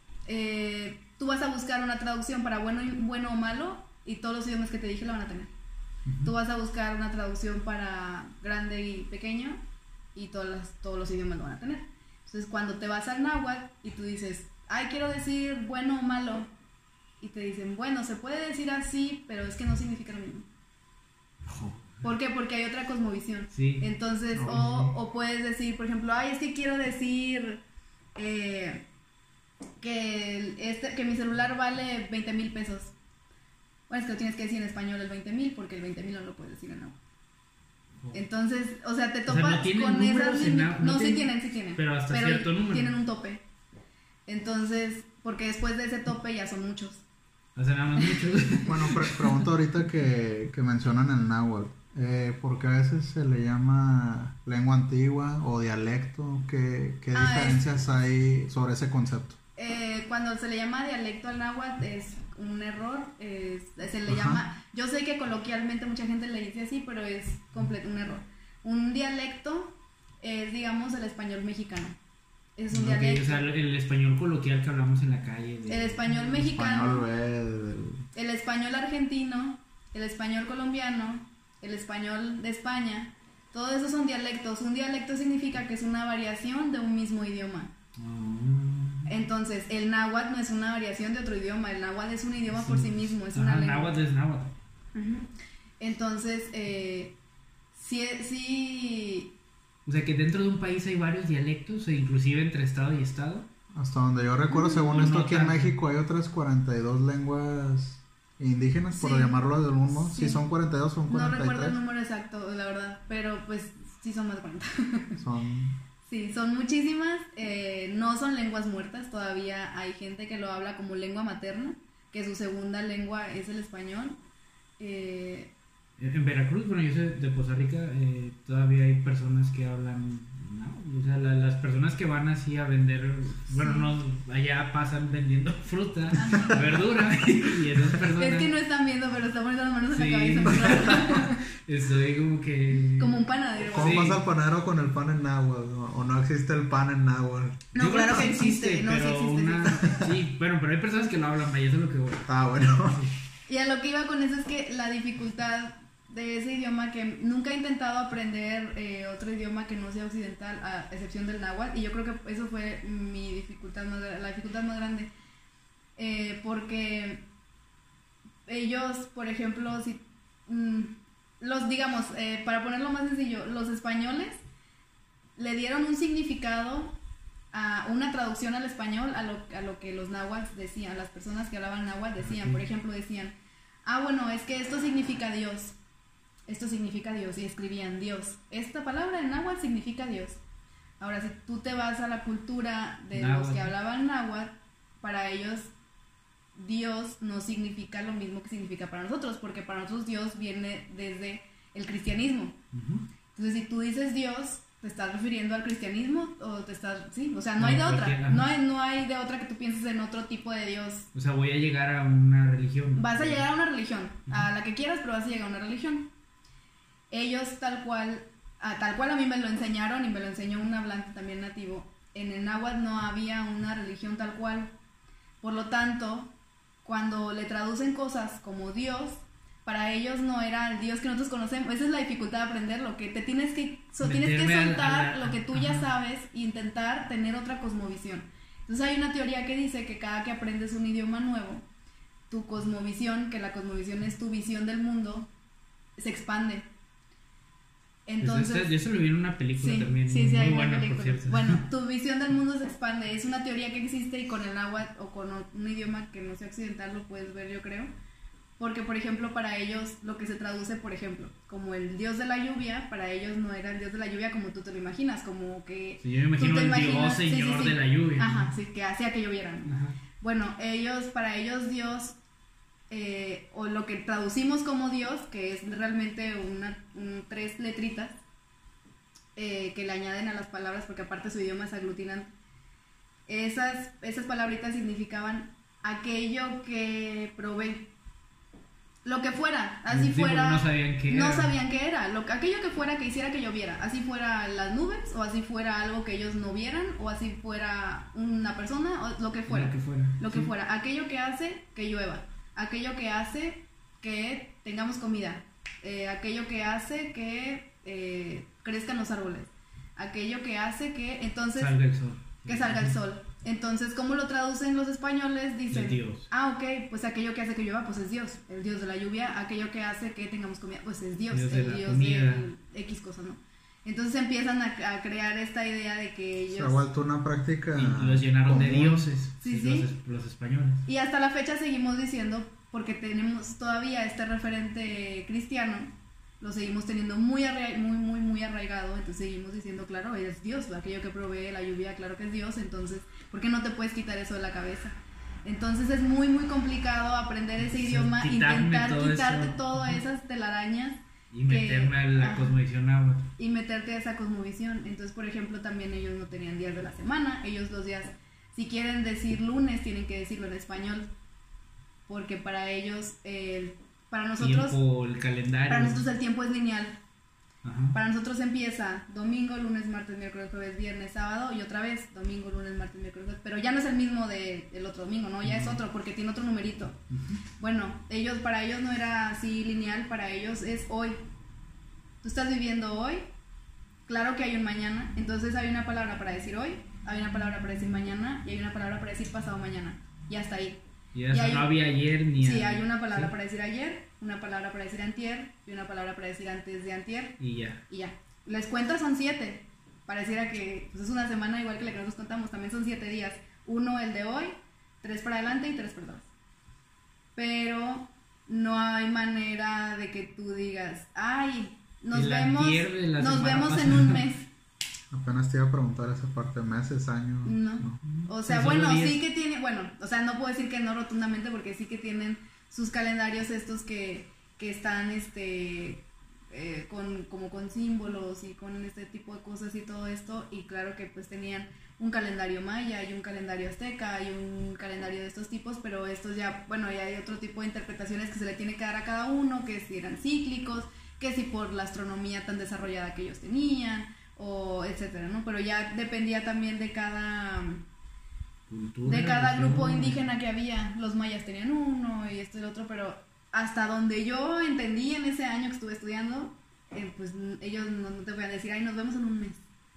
eh, tú vas a buscar una traducción para bueno, bueno o malo y todos los idiomas que te dije la van a tener. Tú vas a buscar una traducción para grande y pequeño y todas las, todos los idiomas lo van a tener. Entonces cuando te vas al náhuatl y tú dices, ay, quiero decir bueno o malo, y te dicen, bueno, se puede decir así, pero es que no significa lo mismo. ¿Por qué? Porque hay otra cosmovisión. Sí. Entonces, oh, o, o puedes decir, por ejemplo, ay, es que quiero decir eh, que, este, que mi celular vale veinte mil pesos. Bueno, es que lo tienes que decir en español el veinte mil porque el veinte mil no lo puedes decir en náhuatl. Entonces, o sea, te topas o sea, ¿no con esas limitaciones. No, no sí tienen, tienen, sí tienen. Pero hasta pero cierto número. Tienen un tope. Entonces, porque después de ese tope ya son muchos. O sea, nada más muchos. Bueno, pre pregunto ahorita que, que mencionan el náhuatl. Eh, porque a veces se le llama lengua antigua o dialecto. ¿Qué, qué ah, diferencias es, hay sobre ese concepto? Eh, cuando se le llama dialecto al náhuatl es un error, es, se le Ajá. llama, yo sé que coloquialmente mucha gente le dice así, pero es completo un error. Un dialecto es, digamos, el español mexicano. Es un okay, dialecto. O sea, el español coloquial que hablamos en la calle. De, el español mexicano, el español, el... el español argentino, el español colombiano, el español de España, Todo eso son dialectos. Un dialecto significa que es una variación de un mismo idioma. Entonces, el náhuatl no es una variación de otro idioma, el náhuatl es un idioma sí. por sí mismo, es Ajá, una lengua. Náhuatl es náhuatl. Uh-huh. Entonces, eh, sí, sí... O sea que dentro de un país hay varios dialectos, e inclusive entre estado y estado. Hasta donde yo recuerdo, según esto, aquí en México hay otras cuarenta y dos lenguas indígenas, por sí. llamarlo de algún modo. Sí. Si son cuarenta y dos, son cuarenta y tres. No recuerdo el número exacto, la verdad, pero pues sí son más de cuarenta. Son... Sí, son muchísimas, eh, no son lenguas muertas, todavía hay gente que lo habla como lengua materna, que su segunda lengua es el español. Eh, en Veracruz, bueno, yo sé de Poza Rica, eh, todavía hay personas que hablan, no, o sea, la, las personas que van así a vender, bueno, sí. no, allá pasan vendiendo fruta, ajá. verdura, y esas personas... Es que no están viendo, pero están poniendo las manos en sí. la cabeza. Estoy como que... Como un panadero. ¿Cómo sí. pasa el panadero con el pan en náhuatl? ¿O, o no existe el pan en náhuatl? No, claro que existe, no, pero sí existe. Una... Sí, bueno, pero hay personas que lo hablan, vaya, eso es lo que voy. Ah, bueno. Y a lo que iba con eso es que la dificultad de ese idioma, que nunca he intentado aprender eh, otro idioma que no sea occidental, a excepción del náhuatl, y yo creo que eso fue mi dificultad más, la dificultad más grande, eh, porque ellos, por ejemplo, si... Mmm, los, digamos, eh, para ponerlo más sencillo, los españoles le dieron un significado, a una traducción al español a lo, a lo que los náhuatl decían, las personas que hablaban náhuatl decían. Por ejemplo, decían, ah, bueno, es que esto significa Dios, esto significa Dios, y escribían Dios. Esta palabra en náhuatl significa Dios. Ahora, si tú te vas a la cultura de náhuatl. Los que hablaban náhuatl, para ellos Dios no significa lo mismo que significa para nosotros, porque para nosotros Dios viene desde el cristianismo. Uh-huh. Entonces, si tú dices Dios, ¿te estás refiriendo al cristianismo? O te estás, sí, o sea, no, no hay de otra, no hay, no hay de otra que tú pienses en otro tipo de Dios. O sea, voy a llegar a una religión. Vas a llegar a una religión, uh-huh. a la que quieras, pero vas a llegar a una religión. Ellos tal cual, a, tal cual a mí me lo enseñaron, y me lo enseñó un hablante también nativo, en el náhuatl no había una religión tal cual. Por lo tanto, cuando le traducen cosas como Dios, para ellos no era el Dios que nosotros conocemos. Esa es la dificultad de aprenderlo, que te tienes que, so, tienes que soltar la, lo que tú ya sabes e intentar tener otra cosmovisión. Entonces hay una teoría que dice que cada que aprendes un idioma nuevo, tu cosmovisión, que la cosmovisión es tu visión del mundo, se expande. Entonces, pues yo se lo vi en una película sí, también, sí, sí, muy hay buena, una película. por cierto. Bueno, tu visión del mundo se expande, es una teoría que existe, y con el náhuatl o con un idioma que no sea occidental lo puedes ver, yo creo. Porque, por ejemplo, para ellos lo que se traduce, por ejemplo, como el dios de la lluvia, para ellos no era el dios de la lluvia como tú te lo imaginas, como que... Sí, yo me imagino el dios señor sí, sí, sí. de la lluvia. Ajá, sí, que hacía que llovieran. Ajá. Bueno, ellos, para ellos Dios, eh, o lo que traducimos como Dios, que es realmente una, un, tres letritas, eh, que le añaden a las palabras, porque aparte su idioma es aglutinante, esas, esas palabritas significaban aquello que provee. Lo que fuera, así sí, fuera, no sabían qué no era, sabían qué era. Lo, aquello que fuera que hiciera que lloviera, así fuera las nubes, o así fuera algo que ellos no vieran, o así fuera una persona, o lo que fuera, lo que fuera, lo que sí. fuera. Aquello que hace que llueva, aquello que hace que tengamos comida, eh, aquello que hace que eh, crezcan los árboles, aquello que hace que entonces salga el sol, que salga el sol. Entonces, ¿cómo lo traducen los españoles? Dicen, Dios. ah, ok, pues aquello que hace que llueva, pues es Dios, el Dios de la lluvia. Aquello que hace que tengamos comida, pues es Dios, Dios el de Dios de X cosa, ¿no? Entonces empiezan a, a crear esta idea de que ellos... Se ha vuelto una práctica... Y los llenaron común. de dioses, sí, sí. Los, los españoles. Y hasta la fecha seguimos diciendo, porque tenemos todavía este referente cristiano, lo seguimos teniendo muy, arra- muy, muy, muy arraigado, entonces seguimos diciendo, claro, es Dios, aquello que provee la lluvia, claro que es Dios, entonces, ¿por qué no te puedes quitar eso de la cabeza? Entonces es muy, muy complicado aprender ese sí, idioma, intentar todo quitarte eso. todas esas telarañas. Y meterme que, a la ajá, cosmovisión náhuatl. Y meterte a esa cosmovisión. Entonces, por ejemplo, también ellos no tenían días de la semana, ellos los días, si quieren decir lunes, tienen que decirlo en español, porque para ellos... el Para nosotros, tiempo, el calendario. Para nosotros el tiempo es lineal. Ajá. Para nosotros empieza domingo, lunes, martes, miércoles, jueves, viernes, sábado, y otra vez domingo, lunes, martes, miércoles, jueves. Pero ya no es el mismo de, del otro domingo, ¿no? Ya uh-huh. es otro porque tiene otro numerito. Uh-huh. Bueno, ellos, para ellos no era así lineal, para ellos es hoy. Tú estás viviendo hoy, claro que hay un mañana, entonces hay una palabra para decir hoy, hay una palabra para decir mañana y hay una palabra para decir pasado mañana, y hasta ahí. Y eso y hay, no había ayer ni... Sí, hay una palabra ¿sí? para decir ayer, una palabra para decir antier y una palabra para decir antes de antier. Y ya. Y ya. Las cuentas son siete. Pareciera que pues, es una semana igual que la que nosotros contamos, también son siete días. Uno el de hoy, tres para adelante y tres para atrás. Pero no hay manera de que tú digas, ay, nos vemos, nos vemos pasada. En un mes. Apenas te iba a preguntar esa parte, meses, años. No. no. O sea, sí, bueno, sí que tiene, bueno, o sea, no puedo decir que no rotundamente porque sí que tienen sus calendarios estos que, que están, este, eh, con, como con símbolos y con este tipo de cosas y todo esto, y claro que pues tenían un calendario maya y un calendario azteca y un calendario de estos tipos, pero estos ya, bueno, ya hay otro tipo de interpretaciones que se le tiene que dar a cada uno, que si eran cíclicos, que si por la astronomía tan desarrollada que ellos tenían, o etcétera, ¿no? Pero ya dependía también de cada cultura, de cada grupo indígena que había. Los mayas tenían uno y esto y el otro, pero hasta donde yo entendí en ese año que estuve estudiando, eh, pues ellos no, no te voy a decir, ay, nos vemos en un mes.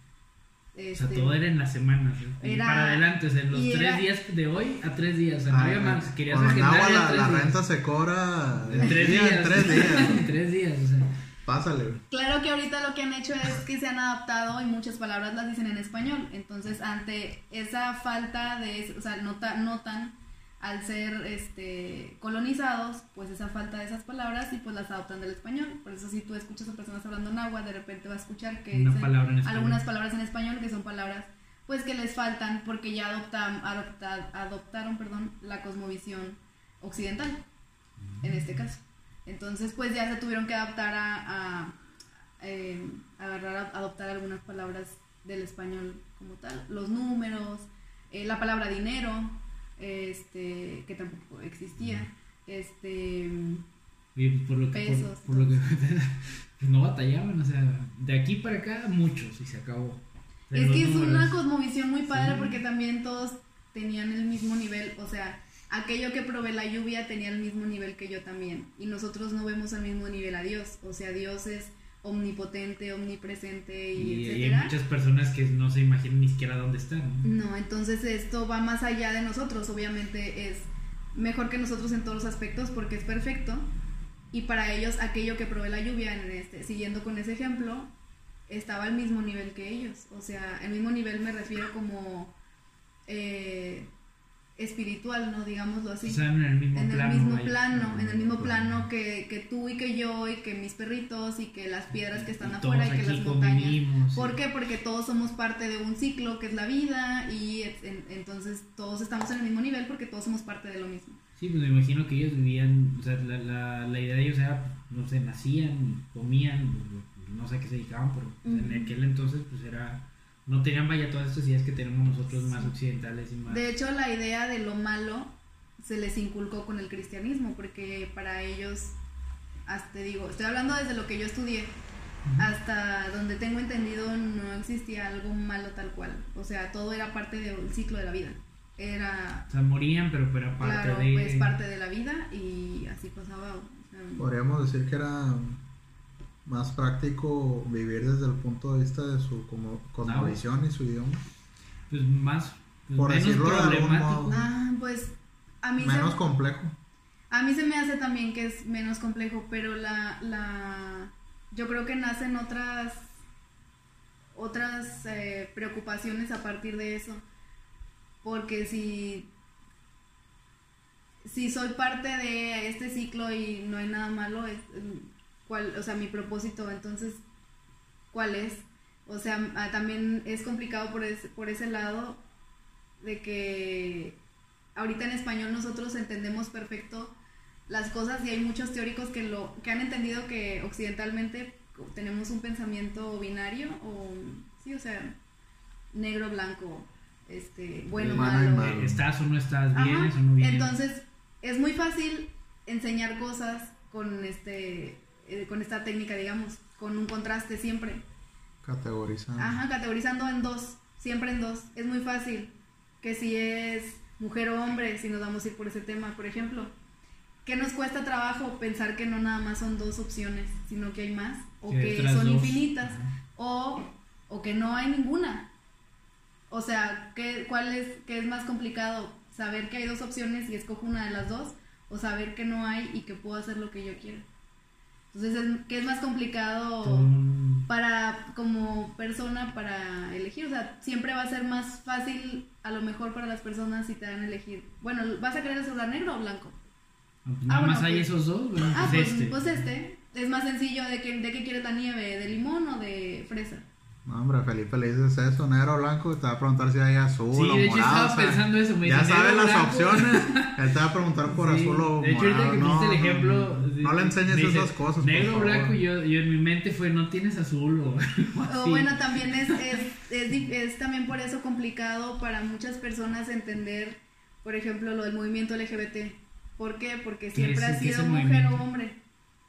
Este, o sea, todo era en las semanas, ¿eh? Era, para adelante, o sea, en los tres era, días de hoy a tres días, o sea, no había más, querías agendar la, la renta se cobra en tres días, en tres días, en tres días, o sea. Pásale. Claro que ahorita lo que han hecho es que se han adaptado y muchas palabras las dicen en español. Entonces, ante esa falta de, o sea, nota, notan al ser este colonizados, pues esa falta de esas palabras y pues las adoptan del español. Por eso si tú escuchas a personas hablando náhuatl, de repente vas a escuchar que Una dicen palabra en algunas palabras en español que son palabras pues que les faltan porque ya adoptan, adopta, adoptaron, perdón, la cosmovisión occidental, en este caso. Entonces, pues ya se tuvieron que adaptar a, a eh, agarrar, a adoptar algunas palabras del español como tal, los números, eh, la palabra dinero, este, que tampoco existía, este, y por lo que, pesos, por, por lo que pues no batallaban, o sea, de aquí para acá muchos y se acabó. Es que es una cosmovisión muy padre sí. Porque también todos tenían el mismo nivel, o sea, aquello que provee la lluvia tenía el mismo nivel que yo también, y nosotros no vemos al mismo nivel a Dios, o sea, Dios es omnipotente, omnipresente y, y etcétera. Y hay muchas personas que no se imaginan ni siquiera dónde están, ¿no? No, entonces esto va más allá de nosotros, obviamente es mejor que nosotros en todos los aspectos porque es perfecto, y para ellos aquello que provee la lluvia, en este, siguiendo con ese ejemplo, estaba al mismo nivel que ellos, o sea, el mismo nivel me refiero como... Eh, espiritual, ¿no? Digámoslo así. O sea, en el mismo en plano. El mismo plano en el mismo plano que, que tú y que yo y que mis perritos y que las piedras que están y afuera y que las montañas. ¿Por qué? Porque todos somos parte de un ciclo que es la vida y en, entonces todos estamos en el mismo nivel porque todos somos parte de lo mismo. Sí, pues me imagino que ellos vivían, o sea, la, la, la idea de ellos era, no sé, nacían, comían, no sé a qué se dedicaban, pero uh-huh. en aquel entonces pues era... No tenían vaya todas estas ideas que tenemos nosotros más occidentales y más... De hecho, la idea de lo malo se les inculcó con el cristianismo, porque para ellos, hasta digo, estoy hablando desde lo que yo estudié, uh-huh. hasta donde tengo entendido no existía algo malo tal cual. O sea, todo era parte del ciclo de la vida. Era... O sea, morían, pero era parte claro, de... pues parte de la vida y así pasaba. O sea, podríamos decir que era... más práctico vivir desde el punto de vista de su como cosmovisión y su idioma. Pues más pues por menos decirlo problemático. Ah, pues a mí menos se, complejo. A mí se me hace también que es menos complejo, pero la la yo creo que nacen otras otras eh, preocupaciones a partir de eso. Porque si si soy parte de este ciclo y no hay nada malo, es ¿cuál, o sea, mi propósito, entonces, cuál es? O sea, también es complicado por ese, por ese lado de que ahorita en español nosotros entendemos perfecto las cosas y hay muchos teóricos que lo que han entendido que occidentalmente tenemos un pensamiento binario o sí, o sea, negro blanco, este, bueno o malo. malo. Estás o no estás, Ajá. vienes o no vienes. Entonces, es muy fácil enseñar cosas con este con esta técnica, digamos, con un contraste siempre. Categorizando. Ajá, categorizando en dos, siempre en dos. Es muy fácil que si es mujer o hombre, si nos vamos a ir por ese tema, por ejemplo, que nos cuesta trabajo pensar que no nada más son dos opciones, sino que hay más, o que, que son dos. infinitas, ajá. O o que no hay ninguna. O sea, ¿qué, cuál es, qué es más complicado? ¿Saber que hay dos opciones y escojo una de las dos? ¿O saber que no hay y que puedo hacer lo que yo quiero? Entonces, ¿qué es más complicado um, para, como persona, para elegir? O sea, siempre va a ser más fácil, a lo mejor para las personas, si te dan a elegir. Bueno, ¿vas a querer el celular negro o blanco? Nada ah, más bueno, hay pues, esos dos. Bueno, ah, pues, pues este. pues este. Es más sencillo. ¿De qué, de qué quieres la nieve? ¿De limón o de fresa? No, hombre, Felipe, le dices eso, negro o blanco, te va a preguntar si hay azul sí, o morado. Sí, de hecho estaba o sea, pensando eso. Me ya dice, sabes las blanco. opciones, él te va a preguntar por sí, azul o de hecho, morado. De hecho, que no, pusiste el ejemplo... No, no le enseñes dice, esas cosas, negro o blanco, y yo, yo en mi mente fue, no tienes azul o... o bueno, también es, es, es, es también por eso complicado para muchas personas entender, por ejemplo, lo del movimiento L G B T. ¿Por qué? Porque siempre ha sido mujer o hombre.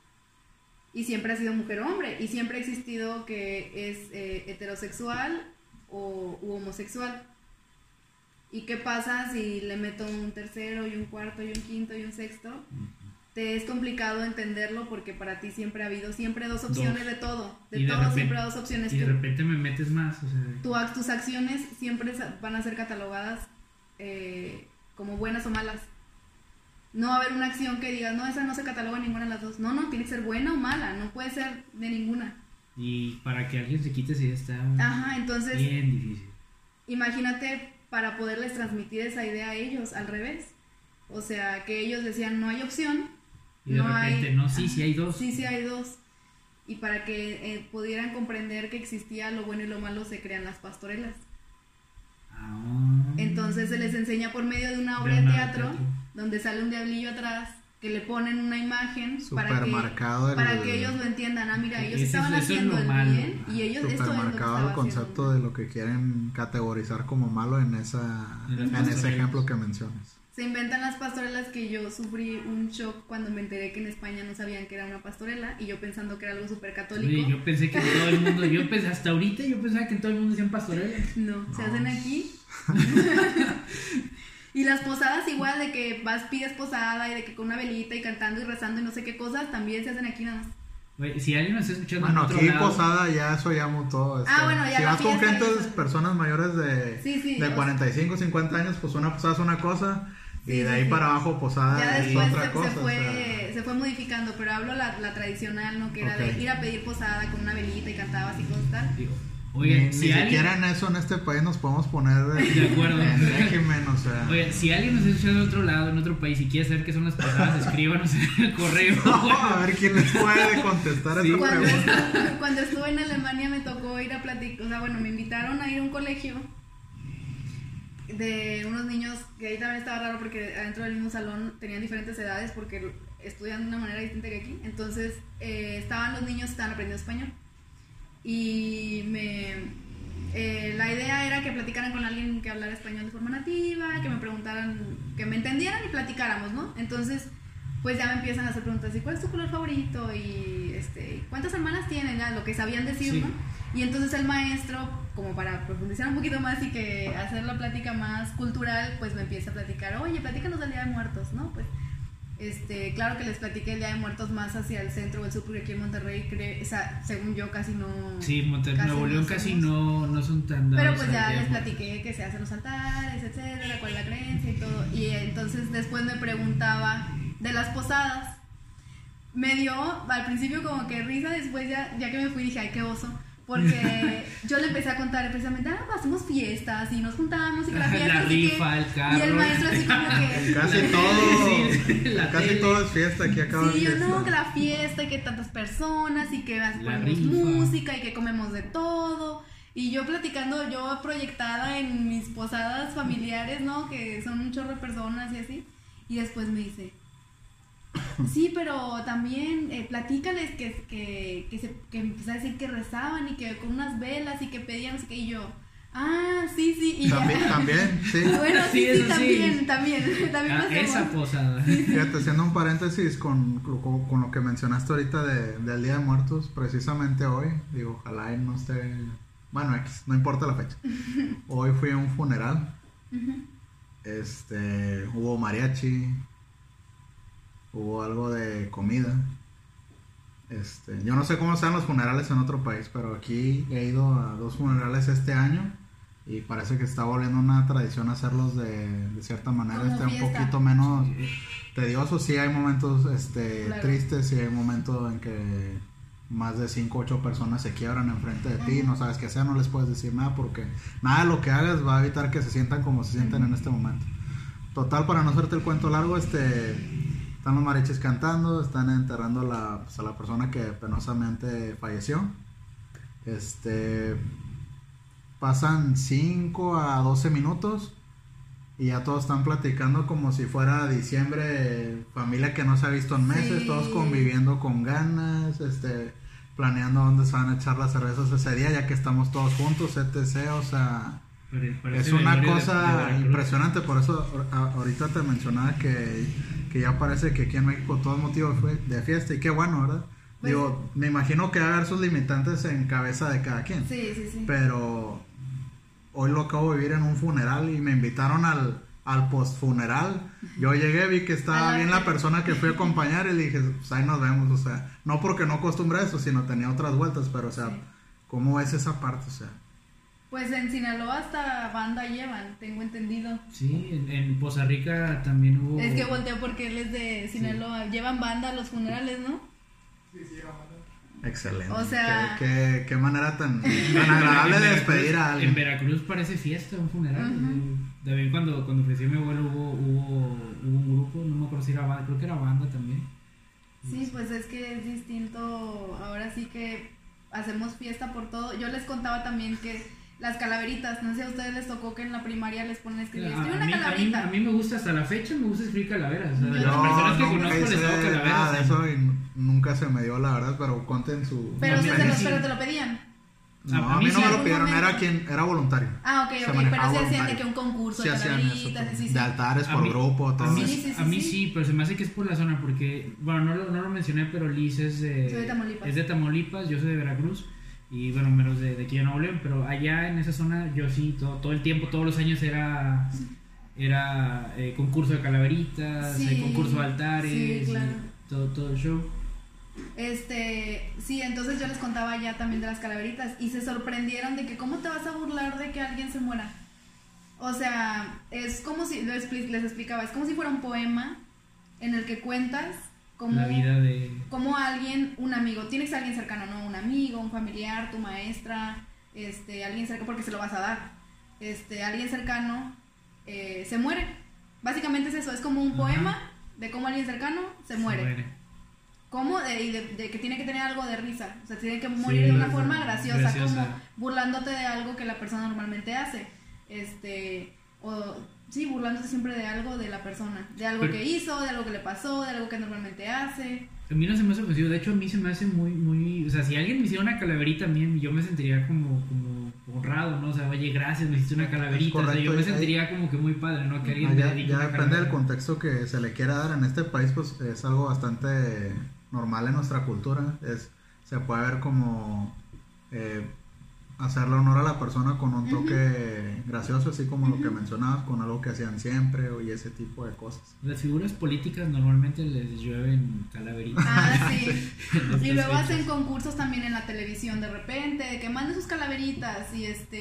Y siempre ha sido mujer o hombre, y siempre ha existido que es eh, heterosexual o u homosexual. ¿Y qué pasa si le meto un tercero y un cuarto y un quinto y un sexto? Te es complicado entenderlo porque para ti siempre ha habido siempre dos opciones dos. de todo, de, de todo repente, siempre dos opciones. Y de repente me metes más. O sea, tu, tus acciones siempre van a ser catalogadas eh, como buenas o malas. No va a haber una acción que digas, no, esa no se cataloga ninguna de las dos. No, no, tiene que ser buena o mala, no puede ser de ninguna. Y para que alguien se quite, sí está Ajá, entonces, bien difícil. Imagínate para poderles transmitir esa idea a ellos, al revés. O sea, que ellos decían, no hay opción. Y de no repente, hay, no, sí, sí hay dos. Sí, sí hay dos. Y para que eh, pudieran comprender que existía lo bueno y lo malo, se crean las pastorelas. Ah. Entonces se les enseña por medio de una obra de, de teatro, teatro donde sale un diablillo atrás, que le ponen una imagen para que, para el... que ellos lo entiendan. Ah, mira, ellos estaban eso haciendo es el malo. Bien y ellos esto es lo que el concepto haciendo. De lo que quieren categorizar como malo en esa en, en ese ejemplo que mencionas. Se inventan las pastorelas, que yo sufrí un shock cuando me enteré que en España no sabían que era una pastorela, y yo pensando que era algo súper católico. Oye, yo pensé que todo el mundo, yo pensé, hasta ahorita yo pensaba que en todo el mundo hacían pastorelas. No, no. Se hacen aquí. Y las posadas igual, de que vas, pides posada y de que con una velita y cantando y rezando y no sé qué cosas, también se hacen aquí nada más. Oye, si alguien nos está escuchando bueno, en otro aquí lado, posada ya eso llamo todo. Este. Ah, bueno, ya si la vas con gente, eso. personas mayores de, sí, sí, de cuarenta y cinco, cincuenta años, pues una posada es una cosa. Sí, y de ahí sí, para abajo posada ya es otra se, cosa. Se fue, o sea. se fue modificando, pero hablo la, la tradicional, ¿no? Que era okay. de ir a pedir posada con una velita y cantabas y cosas tal. Oye, ni, si ni alguien... siquiera en eso en este país nos podemos poner de, de acuerdo en régimen, o sea. Oye, si alguien nos está escuchando de otro lado, en otro país, y quiere saber qué son las posadas, escríbanos en el correo. No, bueno. A ver quién les puede contestar sí, esa cuando pregunta. Estuve, cuando estuve en Alemania me tocó ir a platicar, o sea, bueno, me invitaron a ir a un colegio de unos niños, que ahí también estaba raro porque adentro del mismo salón tenían diferentes edades porque estudian de una manera distinta que aquí. Entonces eh, estaban los niños, estaban aprendiendo español, y me eh, la idea era que platicaran con alguien que hablara español de forma nativa, que me preguntaran, que me entendieran y platicáramos, ¿no? Entonces pues ya me empiezan a hacer preguntas, ¿y cuál es tu color favorito? Y este, ¿cuántas hermanas tienen? Ya, lo que sabían decir, sí. ¿no? Y entonces el maestro, como para profundizar un poquito más y que hacer la plática más cultural, pues me empieza a platicar, oye, platícanos del Día de Muertos, ¿no? Pues, este, claro que les platiqué el Día de Muertos más hacia el centro o el sur, porque aquí en Monterrey, creo, o sea, según yo, casi no... Sí, Monterrey, Nuevo León no casi no, no son tan dados. Pero pues ya les platiqué que se hacen los altares, etcétera, cuál es la creencia y todo. Y entonces después me preguntaba de las posadas. Me dio al principio como que risa, después ya, ya que me fui dije, ay, qué oso. Porque yo le empecé a contar precisamente, ah, hacemos fiestas y nos juntamos y que la fiesta la así rifa, que, el carro. Y el maestro así como que casi todo, la casi tele. Todo es fiesta aquí acaba. Sí, yo fiesta. no, que la fiesta y que tantas personas y que ponemos música y que comemos de todo. Y yo platicando, yo proyectada en mis posadas familiares, ¿no? Que son un chorro de personas y así. Y después me dice, sí, pero también eh, platícales que, que, que, se, que empezó a decir que rezaban y que con unas velas y que pedían, no sé qué, y yo, ah, sí, sí, y también, ya. También, sí. Bueno, sí, sí, sí, también, sí. también, también. Ah, esa posada. Sí, sí. Fíjate, haciendo un paréntesis con, con, con lo que mencionaste ahorita de, del Día de Muertos, precisamente hoy, digo, ojalá y no esté, bueno, X, no importa la fecha. Hoy fui a un funeral, uh-huh. este, hubo mariachi, hubo algo de comida, Este, yo no sé cómo sean los funerales en otro país, pero aquí he ido a dos funerales este año y parece que está volviendo una tradición hacerlos de, de cierta manera, este, un poquito menos tedioso. Sí hay momentos este, claro. tristes, sí hay momentos en que más de cinco o ocho personas se quiebran enfrente de ti, uh-huh. no sabes qué hacer, no les puedes decir nada porque nada de lo que hagas va a evitar que se sientan como se sienten uh-huh. en este momento. Total, para no hacerte el cuento largo, este, están los mariachis cantando, están enterrando la, pues, a la persona que penosamente falleció. Este, pasan cinco a doce minutos y ya todos están platicando como si fuera diciembre, familia que no se ha visto en meses, sí. todos conviviendo con ganas, este, planeando dónde se van a echar las cervezas ese día, ya que estamos todos juntos, etcétera. O sea, es una cosa de, de impresionante. Por eso ahorita te mencionaba que, que ya parece que aquí en México todo es motivo de fiesta, y qué bueno, ¿verdad? Pues, digo, me imagino que va a haber sus limitantes en cabeza de cada quien. Sí, sí, sí. Pero hoy lo acabo de vivir en un funeral y me invitaron al, al post-funeral. Yo llegué, vi que estaba bien la persona que fui a acompañar y le dije, pues ahí nos vemos. O sea, no porque no acostumbré eso, sino tenía otras vueltas, pero o sea, sí. ¿cómo es esa parte? O sea, pues en Sinaloa hasta banda llevan, tengo entendido. Sí, en, en Poza Rica también hubo... Es que volteo porque él es de Sinaloa, sí. llevan banda a los funerales, ¿no? Sí, sí, llevan banda. Excelente. O sea, qué, qué, qué manera tan, tan agradable de despedir a alguien. En Veracruz parece fiesta, un funeral. Uh-huh. También cuando, cuando ofreció mi abuelo hubo, hubo, hubo un grupo, no me acuerdo si era banda, creo que era banda también. Sí, pues es que es distinto, ahora sí que hacemos fiesta por todo. Yo les contaba también que las calaveritas, no sé, a ustedes les tocó que en la primaria les ponen a escribir, escribe una mí, calaverita. A mí, a mí me gusta, hasta la fecha me gusta escribir calaveras. O sea, de yo, las personas que conozco les hago calaveras. Nada de eso y nunca se me dio la verdad, pero conten su... Pero, no, sí, se los, sí. pero te lo pedían. No, a, a mí, mí no me lo pidieron, era quien era voluntario. Ah, ok, ok, pero se hacían de que un concurso sí, de calaveritas, sí, sí. De altares por mí, grupo, todo a mí, eso. Sí, sí, sí, a mí sí. sí, pero se me hace que es por la zona, porque, bueno, no lo, no lo mencioné, pero Liz es de... Soy de Tamaulipas. Es de Tamaulipas, yo soy de Veracruz. Y bueno, menos de, de aquí en Nuevo León, pero allá en esa zona yo sí, todo, todo el tiempo, todos los años era era eh, concurso de calaveritas, sí, eh, concurso de altares, sí, claro. todo, todo el show. Este, sí, entonces yo les contaba ya también de las calaveritas y se sorprendieron de que cómo te vas a burlar de que alguien se muera. O sea, es como si, les explicaba, es como si fuera un poema en el que cuentas como, la vida de... como alguien, un amigo, tiene que ser alguien cercano, ¿no? Un amigo, un familiar, tu maestra, este, alguien cercano, porque se lo vas a dar. Este, alguien cercano eh, se muere. Básicamente es eso, es como un Ajá. poema de cómo alguien cercano se muere. Se muere. ¿Cómo? De, de, de que tiene que tener algo de risa. O sea, tiene que morir sí, de una forma graciosa, graciosa, como burlándote de algo que la persona normalmente hace. Este, o... Sí, burlándose siempre de algo de la persona, de algo Pero, que hizo, de algo que le pasó, de algo que normalmente hace. A mí no se me hace ofensivo, de hecho a mí se me hace muy, muy, o sea, si alguien me hiciera una calaverita a mí, yo me sentiría como, como honrado, ¿no? O sea, oye, gracias, me hiciste una calaverita, correcto, o sea, yo me sentiría ahí, como que muy padre, ¿no? Que alguien ya, me dedique ya una depende calavera. Del contexto que se le quiera dar en este país, pues es algo bastante normal en nuestra cultura, es, se puede ver como... Eh, hacerle honor a la persona con un toque uh-huh. gracioso, así como uh-huh. lo que mencionabas, con algo que hacían siempre y ese tipo de cosas. Las figuras políticas normalmente les llueven calaveritas. Ah, sí. Y luego fechas. Hacen concursos también en la televisión de repente, de que manden sus calaveritas y este...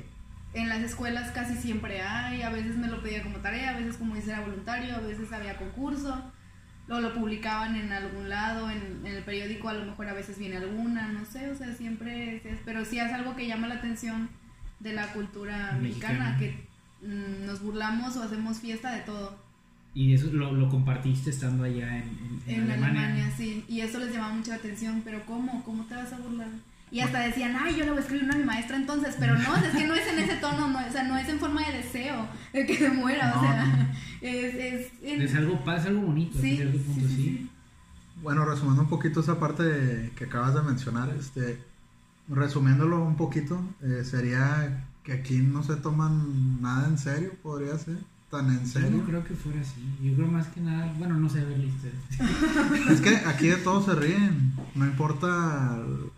en las escuelas casi siempre hay, a veces me lo pedía como tarea, a veces como dice era voluntario, a veces había concurso. Luego lo publicaban en algún lado, en, en el periódico, a lo mejor a veces viene alguna, no sé, o sea, siempre es, pero sí es algo que llama la atención de la cultura mexicana, mexicana que mmm, nos burlamos o hacemos fiesta de todo. Y eso lo, lo compartiste estando allá en, en, en, en Alemania. Alemania, sí, y eso les llamaba mucho la atención, pero ¿cómo? ¿Cómo te vas a burlar? Y hasta decían, ay, yo le voy a escribir una a mi maestra entonces, pero no, es que no es en ese tono, no, o sea, no es en forma de deseo de que se muera, no, o sea, no. es... Es, en... es, algo, es algo bonito, sí, en cierto punto, sí, sí, sí. Bueno, resumiendo un poquito esa parte que acabas de mencionar, este, resumiéndolo un poquito, eh, sería que aquí no se toman nada en serio, podría ser. ¿Tan en serio? Yo no creo que fuera así. Yo creo más que nada, bueno, no sé, ver listas. Es que aquí de todo se ríen. No importa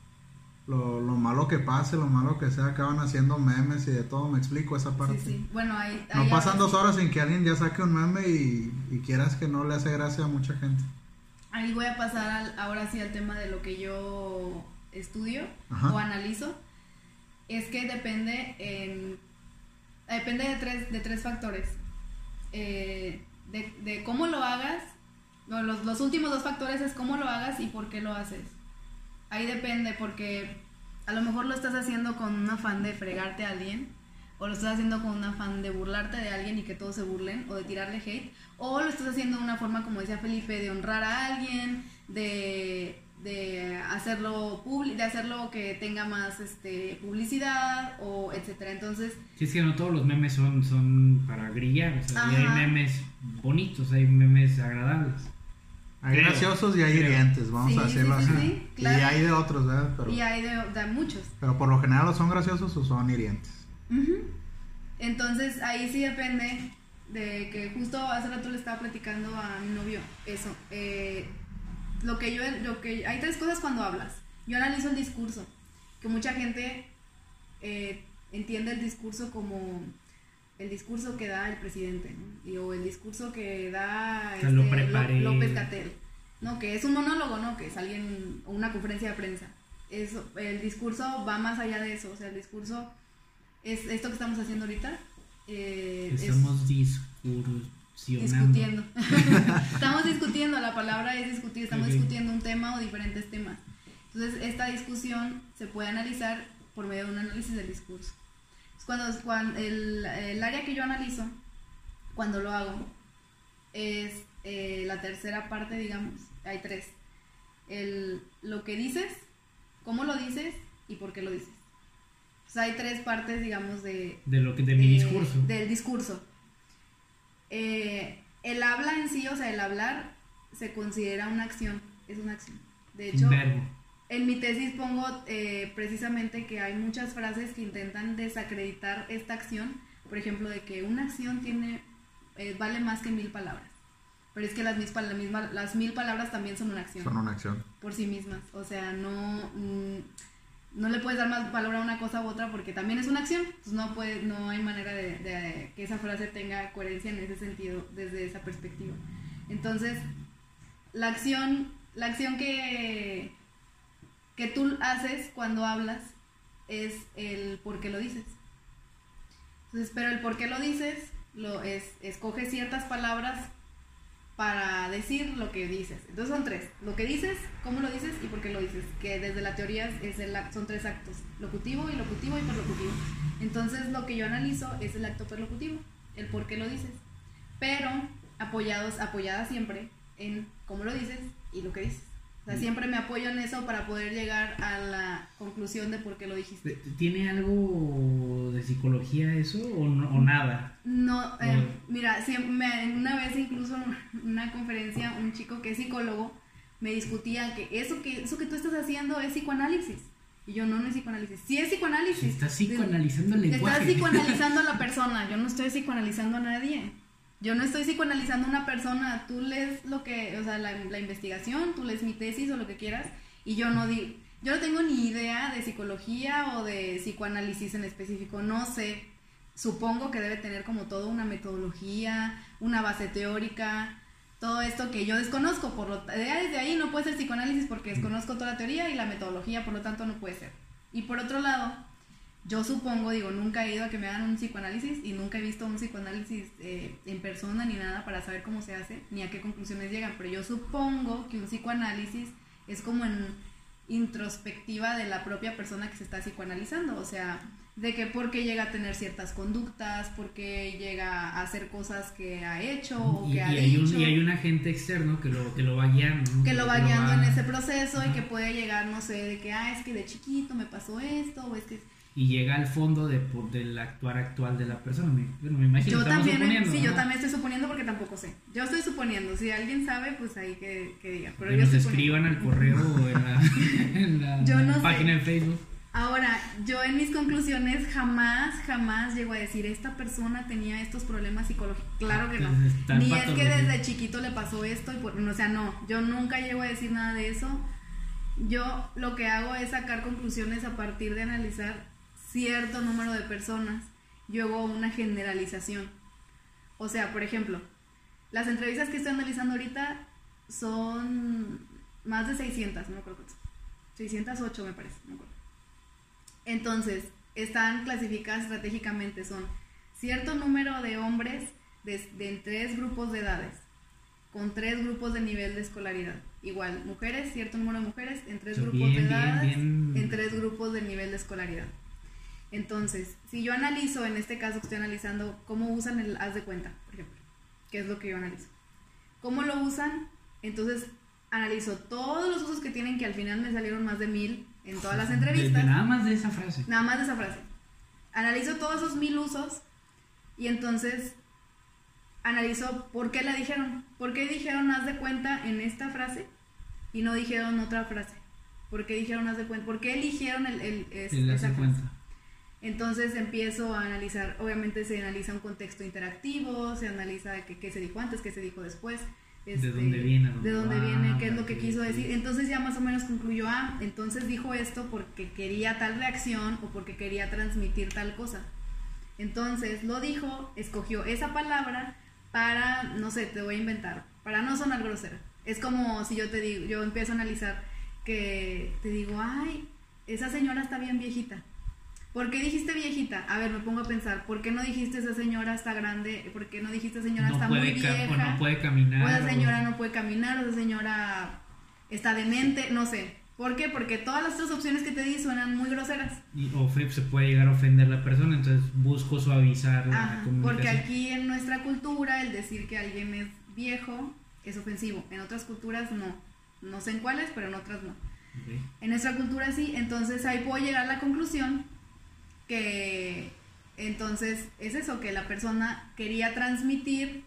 lo, lo malo que pase, lo malo que sea, acaban haciendo memes y de todo. Me explico esa parte. Sí, sí. Bueno, ahí, no ahí pasan dos sí. horas sin que alguien ya saque un meme y, y quieras que no le hace gracia a mucha gente. ahí voy a pasar al, ahora sí al tema de lo que yo estudio. Ajá. O analizo. Es que depende en, depende de tres, de tres factores. Eh, de, de cómo lo hagas. Bueno, los, los últimos dos factores es cómo lo hagas y por qué lo haces. Ahí depende, porque a lo mejor lo estás haciendo con un afán de fregarte a alguien, o lo estás haciendo con un afán de burlarte de alguien y que todos se burlen, o de tirarle hate, o lo estás haciendo de una forma, como decía Felipe, de honrar a alguien, de, de hacerlo publi- de hacerlo que tenga más este publicidad, o etcétera. Entonces, sí, es que no todos los memes son, son para grillar, o sea, hay memes bonitos, hay memes agradables. Hay creo, graciosos y hay creo. hirientes, vamos sí, a decirlo sí, sí, así. Sí, claro. Y hay de otros, ¿verdad? Pero, y hay de, de muchos. Pero por lo general son graciosos o son hirientes. Uh-huh. Entonces ahí sí depende de que justo hace rato le estaba platicando a mi novio eso. Eh, lo que yo, lo que hay tres cosas cuando hablas. Yo analizo el discurso, que mucha gente eh, entiende el discurso como el discurso que da el presidente, ¿no? Y, o el discurso que da este, López-Gatell, ¿no? Que es un monólogo, ¿no? Que es alguien, o una conferencia de prensa. Eso, el discurso va más allá de eso, o sea, el discurso es esto que estamos haciendo ahorita. Eh, estamos discursionando. Discutiendo. Estamos discutiendo, la palabra es discutir, estamos okay. discutiendo un tema o diferentes temas. Entonces, esta discusión se puede analizar por medio de un análisis del discurso. Cuando, cuando el, el área que yo analizo, cuando lo hago, es eh, la tercera parte, digamos, hay tres. El, lo que dices, cómo lo dices y por qué lo dices. O sea, hay tres partes, digamos, de... De lo que, de mi eh, discurso. Del discurso. Eh, el habla en sí, o sea, el hablar, se considera una acción, es una acción. De hecho... Verbo. En mi tesis pongo eh, precisamente que hay muchas frases que intentan desacreditar esta acción, por ejemplo, de que una acción tiene eh, vale más que mil palabras, pero es que las, mis, la misma, las mil palabras también son una acción. Son una acción. Por sí mismas, o sea, no, mm, no le puedes dar más valor a una cosa u otra porque también es una acción, pues no, puede, no hay manera de, de que esa frase tenga coherencia en ese sentido, desde esa perspectiva. Entonces, la acción, la acción que... que tú haces cuando hablas es el por qué lo dices. Entonces, pero el por qué lo dices, lo es, escoges ciertas palabras para decir lo que dices. Entonces son tres: lo que dices, cómo lo dices y por qué lo dices, que desde la teoría es el, son tres actos: locutivo, ilocutivo y perlocutivo. Entonces lo que yo analizo es el acto perlocutivo, el por qué lo dices, pero apoyados, apoyada siempre en cómo lo dices y lo que dices. O sea, siempre me apoyo en eso para poder llegar a la conclusión de por qué lo dijiste. ¿Tiene algo de psicología eso o, no, o nada? No, eh, o... mira, siempre, me, una vez incluso en una conferencia, un chico que es psicólogo me discutía que eso que eso que tú estás haciendo es psicoanálisis. Y yo, no, no es psicoanálisis. Sí es psicoanálisis. Estás psicoanalizando el lenguaje. Estás psicoanalizando a la persona. Yo no estoy psicoanalizando a nadie. Yo no estoy psicoanalizando a una persona. Tú lees lo que, o sea, la, la investigación, tú lees mi tesis o lo que quieras, y yo no digo, yo no tengo ni idea de psicología o de psicoanálisis en específico. No sé. Supongo que debe tener como todo una metodología, una base teórica, todo esto que yo desconozco. Por lo desde ahí no puede ser psicoanálisis porque desconozco toda la teoría y la metodología, por lo tanto no puede ser. Y por otro lado, yo supongo, digo, nunca he ido a que me hagan un psicoanálisis y nunca he visto un psicoanálisis eh, en persona ni nada para saber cómo se hace ni a qué conclusiones llegan, pero yo supongo que un psicoanálisis es como en introspectiva de la propia persona que se está psicoanalizando, o sea, de que por qué llega a tener ciertas conductas, por qué llega a hacer cosas que ha hecho o y, que ha y hay dicho. Un, y hay un agente externo que lo, que lo va guiando, ¿no? Que lo va que guiando lo va... en ese proceso. Ajá. Y que puede llegar, no sé, de que, ah, es que de chiquito me pasó esto, o es que... Y llega al fondo de, por, del actuar actual de la persona. Me, bueno, me imagino. Yo también, suponiendo, sí, ¿no? yo también estoy suponiendo porque tampoco sé. Yo estoy suponiendo. Si alguien sabe, pues ahí que, que diga. Pero que yo nos escriban al correo o en la, en la yo no página sé. de Facebook. Ahora, yo en mis conclusiones jamás, jamás llego a decir esta persona tenía estos problemas psicológicos. Claro que no. Ni es que desde chiquito le pasó esto. Y por, o sea, no. Yo nunca llego a decir nada de eso. Yo lo que hago es sacar conclusiones a partir de analizar cierto número de personas. Yo hago una generalización. O sea, por ejemplo, las entrevistas que estoy analizando ahorita son más de seiscientas, no me acuerdo cuántas, seiscientas ocho me parece, no me acuerdo. Entonces, están clasificadas estratégicamente, son cierto número de hombres de, de en tres grupos de edades, con tres grupos de nivel de escolaridad. Igual, mujeres, cierto número de mujeres en tres So, grupos bien, de edades, bien, bien. en tres grupos de nivel de escolaridad. Entonces, si yo analizo, en este caso que estoy analizando, cómo usan el haz de cuenta, por ejemplo, que es lo que yo analizo. ¿Cómo lo usan? Entonces, analizo todos los usos que tienen, que al final me salieron más de mil en todas las entrevistas. De, de nada más de esa frase. Nada más de esa frase. Analizo todos esos mil usos y entonces analizo por qué la dijeron. ¿Por qué dijeron haz de cuenta en esta frase y no dijeron otra frase? ¿Por qué dijeron haz de cuenta? ¿Por qué eligieron el, el, es, El haz esa de frase? cuenta. Entonces empiezo a analizar, obviamente se analiza un contexto interactivo, se analiza qué, qué se dijo antes, qué se dijo después. Este, de dónde viene, dónde de dónde va, viene, qué es lo que qué, quiso qué. decir. Entonces ya más o menos concluyó, ah, entonces dijo esto porque quería tal reacción o porque quería transmitir tal cosa. Entonces lo dijo, escogió esa palabra para, no sé, te voy a inventar, para no sonar grosera. Es como si yo te digo, yo empiezo a analizar que te digo, ay, esa señora está bien viejita. ¿Por qué dijiste viejita? A ver, me pongo a pensar, ¿por qué no dijiste esa señora está grande? ¿Por qué no dijiste esa señora no está puede muy ca- vieja? O no puede caminar. O esa señora o... no puede caminar, o esa señora está demente, no sé. ¿Por qué? Porque todas las otras opciones que te di suenan muy groseras. Y ofe- se puede llegar a ofender a la persona, entonces busco suavizar la Ajá, comunicación. porque aquí en nuestra cultura el decir que alguien es viejo es ofensivo. En otras culturas no. No sé en cuáles, pero en otras no. Okay. En nuestra cultura sí, entonces ahí puedo llegar a la conclusión que entonces es eso, que la persona quería transmitir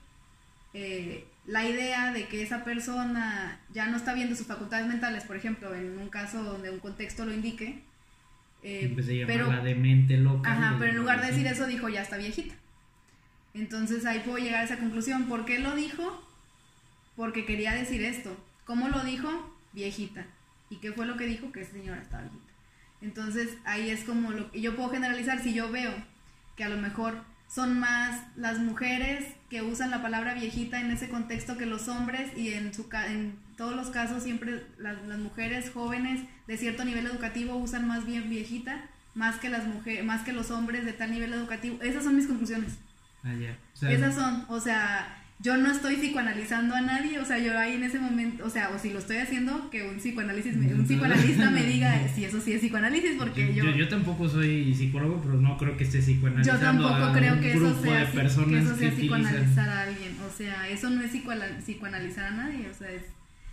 eh, la idea de que esa persona ya no está viendo sus facultades mentales, por ejemplo, en un caso donde un contexto lo indique. Eh, En vez de pero, llamarla de mente loca. ajá, o- pero en lugar de sí. decir eso dijo ya está viejita. Entonces ahí puedo llegar a esa conclusión. ¿Por qué lo dijo? Porque quería decir esto. ¿Cómo lo dijo? Viejita. ¿Y qué fue lo que dijo? Que esa señora estaba viejita. Entonces ahí es como lo que yo puedo generalizar. Si yo veo que a lo mejor son más las mujeres que usan la palabra viejita en ese contexto que los hombres, y en, su, en todos los casos siempre las, las mujeres jóvenes de cierto nivel educativo usan más bien viejita, más que, las mujeres, más que los hombres de tal nivel educativo. Esas son mis conclusiones. Ah, ya. O sea, Esas son, o sea, yo no estoy psicoanalizando a nadie, o sea, yo ahí en ese momento, o sea, o si lo estoy haciendo, que un psicoanálisis, me, un psicoanalista me diga si eso sí es psicoanálisis, porque yo... yo, yo, yo tampoco soy psicólogo, pero no creo que esté Yo psicoanalizando tampoco a creo un que eso grupo sea, de personas que eso sea que psicoanalizar utilizan. a alguien, o sea, eso no es psicoanal- psicoanalizar a nadie, o sea, es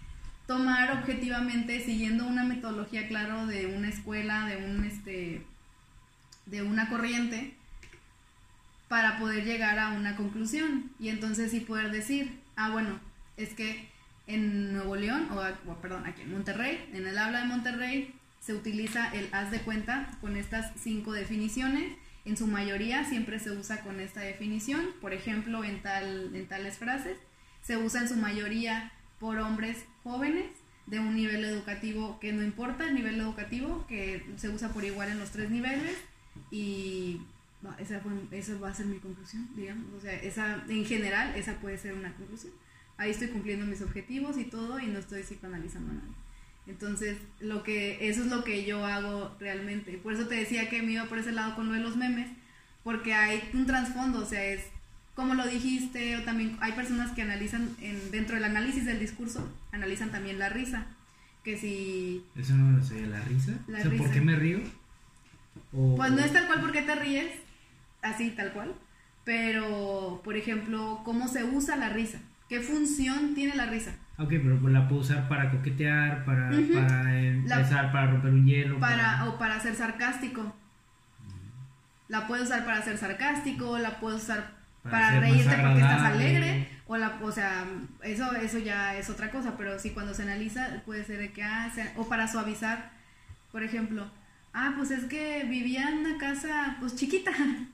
tomar objetivamente, siguiendo una metodología, claro, de una escuela, de un, este, de una corriente, para poder llegar a una conclusión, y entonces sí poder decir, ah, bueno, es que en Nuevo León, o, o perdón, aquí en Monterrey, en el habla de Monterrey, se utiliza el haz de cuenta con estas cinco definiciones. En su mayoría siempre se usa con esta definición, por ejemplo, en, tal, en tales frases, se usa en su mayoría por hombres jóvenes de un nivel educativo que no importa, el nivel educativo, que se usa por igual en los tres niveles, y no, esa, fue, esa va a ser mi conclusión, digamos, o sea, esa, en general, esa puede ser una conclusión. Ahí estoy cumpliendo mis objetivos y todo, y no estoy psicoanalizando a nadie. Entonces, lo que, eso es lo que yo hago realmente. Por eso te decía que me iba por ese lado con lo de los memes, porque hay un trasfondo, o sea, es como lo dijiste, o también hay personas que analizan, en, dentro del análisis del discurso, analizan también la risa, que si... Eso no me lo sé, ¿la risa? La o sea, risa. ¿por qué me río? O, Pues no es tal cual porque te ríes, así tal cual, pero, por ejemplo, ¿cómo se usa la risa? ¿Qué función tiene la risa? Ok, pero pues la puedo usar para coquetear, para, Uh-huh. para empezar, La, para romper un hielo. para, para... o para ser sarcástico. La puedes usar para ser sarcástico, la puedes usar Para para, ser más reírte porque estás agradable. alegre, o la, o sea, eso, eso ya es otra cosa, pero sí cuando se analiza puede ser de que, ah, se- o para suavizar, por ejemplo, ah, pues es que vivía en una casa, pues chiquita,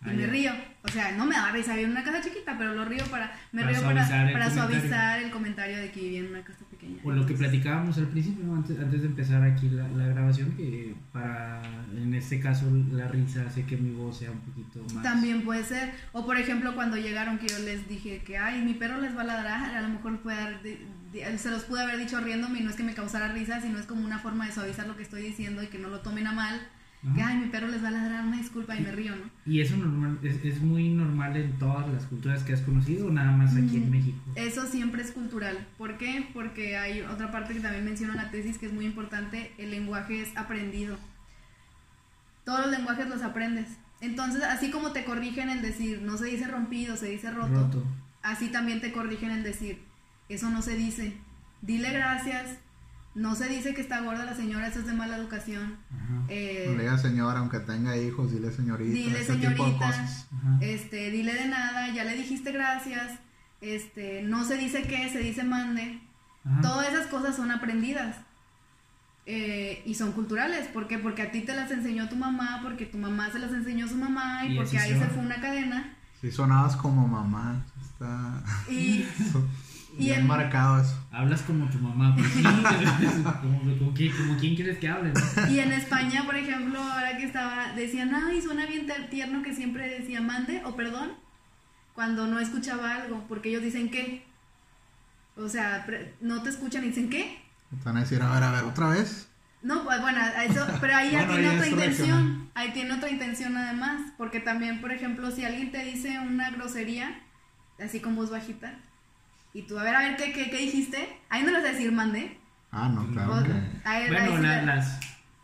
y ah, me ya. río. O sea, no me daba risa, vivía en una casa chiquita, pero lo río para, me Para río suavizar para, el para comentario. suavizar el comentario de que vivía en una casa pequeña. O lo que Entonces, platicábamos al principio, ¿no? antes, antes de empezar aquí la, la grabación, que para, en este caso, la risa hace que mi voz sea un poquito más... También puede ser. O por ejemplo, cuando llegaron que yo les dije que, ay, mi perro les va a ladrar, a lo mejor puede haber de- de- se los pude haber dicho riéndome y no es que me causara risa, sino es como una forma de suavizar lo que estoy diciendo y que no lo tomen a mal. Ajá. Que, ay, mi perro les va a ladrar, una disculpa, y me río, ¿no? Y eso normal, es, es muy normal en todas las culturas que has conocido, o nada más aquí en Mm, México. Eso siempre es cultural. ¿Por qué? Porque hay otra parte que también menciono en la tesis que es muy importante, el lenguaje es aprendido. Todos los lenguajes los aprendes. Entonces, así como te corrigen el decir, no se dice rompido, se dice roto, Roto. así también te corrigen el decir, eso no se dice, dile gracias, no se dice que está gorda la señora, eso es de mala educación. Ajá. Eh, No le diga señora, aunque tenga hijos, dile señorita. Dile ese tipo de señorita. cosas. Ajá. Este, dile de nada, ya le dijiste gracias, este, no se dice qué, se dice mande. Ajá. Todas esas cosas son aprendidas eh, y son culturales. ¿Por qué? Porque a ti te las enseñó tu mamá, porque tu mamá se las enseñó a su mamá y, Y porque así ahí se se va. fue una cadena. Si sonabas como mamá, está Y, y bien en, marcado eso. Hablas como tu mamá, pues sí, como, como, qui- como quién quieres que hable, ¿no? y en España, por ejemplo, ahora que estaba, decían, ay, suena bien ter- tierno que siempre decía mande o perdón cuando no escuchaba algo, porque ellos dicen qué. O sea, pre- no te escuchan y dicen qué. Te van a decir, a ver, a ver, otra vez. No, pues bueno, a eso, pero ahí ya Bueno, tiene ahí otra es intención, regional. ahí tiene otra intención además, porque también, por ejemplo, si alguien te dice una grosería, así con voz bajita, y tú, a ver, a ver, ¿qué, qué, qué dijiste? Ahí no le vas a decir mande. Ah, no, claro O- que... a ver, Bueno, ahí sí la- le- las...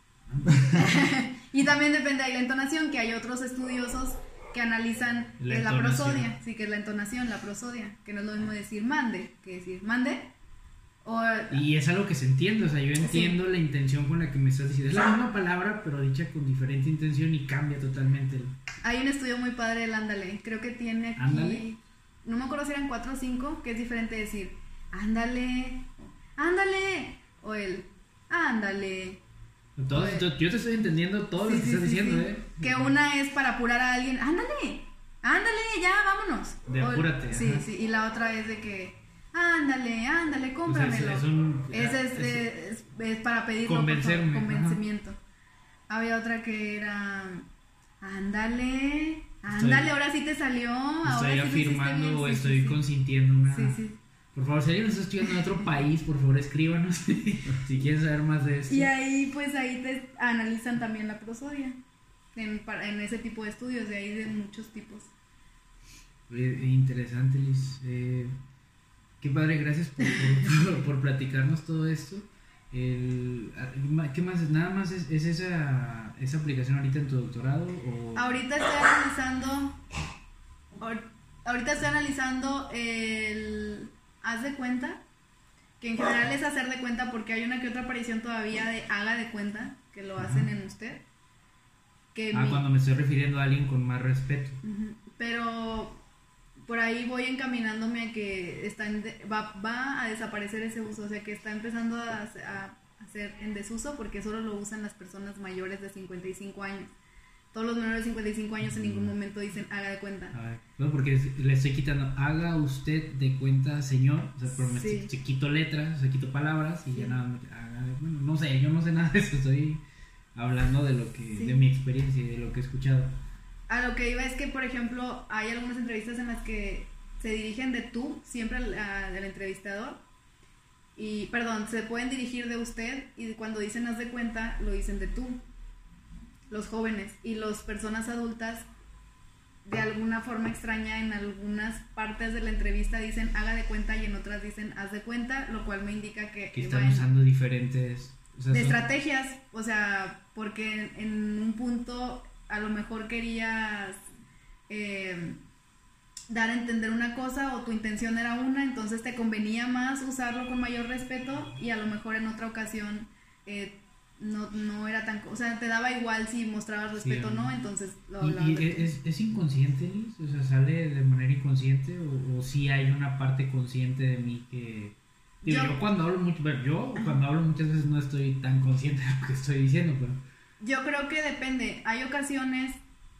Y también depende de la entonación, que hay otros estudiosos que analizan La eh, la, entonación. prosodia, sí, que es la entonación, la prosodia, que no es lo mismo decir mande que decir mande. O, Y es algo que se entiende, o sea, yo entiendo la intención con la que me estás diciendo. Es la misma palabra, pero dicha con diferente intención y cambia totalmente. el- hay un estudio muy padre del ándale, creo que tiene aquí, Ándale. no me acuerdo si eran cuatro o cinco, que es diferente decir ándale, ándale, o el ándale. Todo, Oye. to- yo te estoy entendiendo todo lo Sí, que sí, estás sí, diciendo, sí. ¿eh? Que una es para apurar a alguien, ándale, ándale, ya, vámonos. De O- apúrate, Sí, ajá. sí, y la otra es de que, ándale, ándale, O sea, cómpramelo. es, es un... Ese es, es- eh, es- es para pedirlo, Convencerme, por favor, convencimiento. Había otra que era, ándale, ándale, Estoy- ahora sí te salió, ahora Estoy sí lo hiciste afirmando bien, o sí, estoy sí, sí. consintiendo una... Sí, sí. Por favor, si alguien nos está estudiando en otro país, por favor escríbanos si quieren saber más de esto. Y ahí, pues ahí te analizan también la prosodia, en, para- en ese tipo de estudios, de ahí de muchos tipos. Eh, interesante, Liz. Eh, qué padre, gracias por, por, por- por platicarnos todo esto. El, ¿Qué más? ¿Nada más es, es esa, esa aplicación ahorita en tu doctorado? O... Ahorita estoy analizando, ahor- ahorita estoy analizando el haz de cuenta, que en general es hacer de cuenta porque hay una que otra aparición todavía de haga de cuenta, que lo hacen Ajá. en usted. Que Ah, mi- cuando me estoy refiriendo a alguien con más respeto. Ujú. Pero por ahí voy encaminándome a que está en de- va, va a desaparecer ese uso, o sea que está empezando a, a hacer en desuso porque solo lo usan las personas mayores de cincuenta y cinco años. Todos los menores de cincuenta y cinco años en ningún momento dicen haga de cuenta. A ver, no, porque le estoy quitando, haga usted de cuenta, señor. O sea, pero me Sí. se quito letras, se quito palabras y Sí. ya nada más. haga de- Bueno, no sé, yo no sé nada de eso. Estoy hablando de lo que, Sí. de mi experiencia y de lo que he escuchado. A lo que iba es que, por ejemplo, hay algunas entrevistas en las que se dirigen de tú, siempre al, a- del entrevistador. Y, perdón, se pueden dirigir de usted y cuando dicen haz de cuenta, lo dicen de tú. Los jóvenes y las personas adultas, de alguna forma extraña, en algunas partes de la entrevista dicen haga de cuenta y en otras dicen haz de cuenta, lo cual me indica que, Que va están en- usando diferentes. O sea, de son- estrategias, o sea, porque en, en un punto a lo mejor querías eh, dar a entender una cosa o tu intención era una, entonces te convenía más usarlo con mayor respeto y a lo mejor en otra ocasión eh, no, no era tan, o sea, te daba igual si mostrabas respeto o Sí, no, ¿no? entonces lo ¿Y, hablaban y de tú. es, es inconsciente, Liz? O sea, ¿sale de manera inconsciente o, o sí hay una parte consciente de mí que... Digo, Yo- yo, cuando hablo mucho, bueno, yo cuando hablo muchas veces no estoy tan consciente de lo que estoy diciendo, pero... Yo creo que depende, hay ocasiones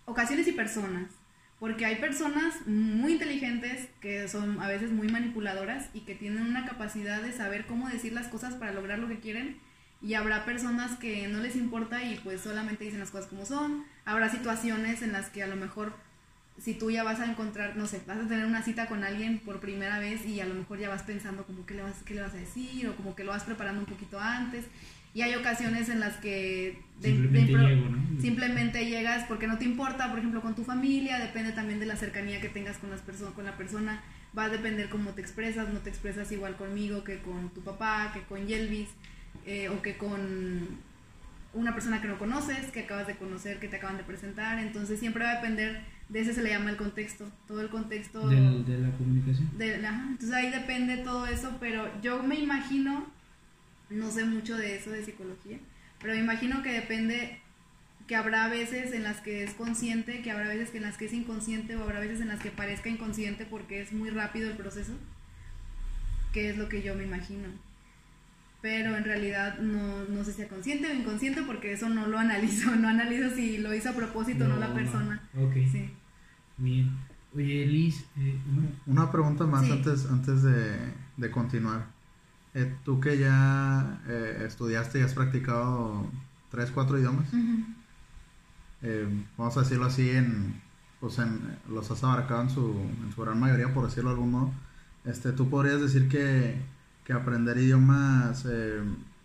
ocasiones y personas. Porque hay personas muy inteligentes que son a veces muy manipuladoras y que tienen una capacidad de saber cómo decir las cosas para lograr lo que quieren. Y habrá personas que no les importa y pues solamente dicen las cosas como son. Habrá situaciones en las que a lo mejor si tú ya vas a encontrar, no sé, vas a tener una cita con alguien por primera vez y a lo mejor ya vas pensando como qué le vas, qué le vas a decir o como que lo vas preparando un poquito antes. Y hay ocasiones en las que de, simplemente, de pro, llego, ¿no? simplemente llegas porque no te importa, por ejemplo, con tu familia, depende también de la cercanía que tengas con, las perso- con la persona, va a depender cómo te expresas, no te expresas igual conmigo que con tu papá, que con Yelvis, eh, o que con una persona que no conoces, que acabas de conocer, que te acaban de presentar, entonces siempre va a depender, de ese se le llama el contexto, todo el contexto Del, de la comunicación. De, ajá, entonces ahí depende todo eso, pero yo me imagino... No sé mucho de eso, de psicología, pero me imagino que depende, que habrá veces en las que es consciente, que habrá veces en las que es inconsciente o habrá veces en las que parezca inconsciente porque es muy rápido el proceso, que es lo que yo me imagino. Pero en realidad no, no sé si es consciente o inconsciente porque eso no lo analizo, no analizo si lo hizo a propósito o no, no la persona. Ok, sí. Bien. Oye, Liz, eh, una... una pregunta más sí. antes, antes de, de continuar. Eh, tú que ya eh, estudiaste y has practicado tres, cuatro idiomas, uh-huh. eh, vamos a decirlo así, en, pues en, los has abarcado en su, en su gran mayoría, por decirlo de algún modo. Este, ¿tú podrías decir que, que aprender idiomas eh,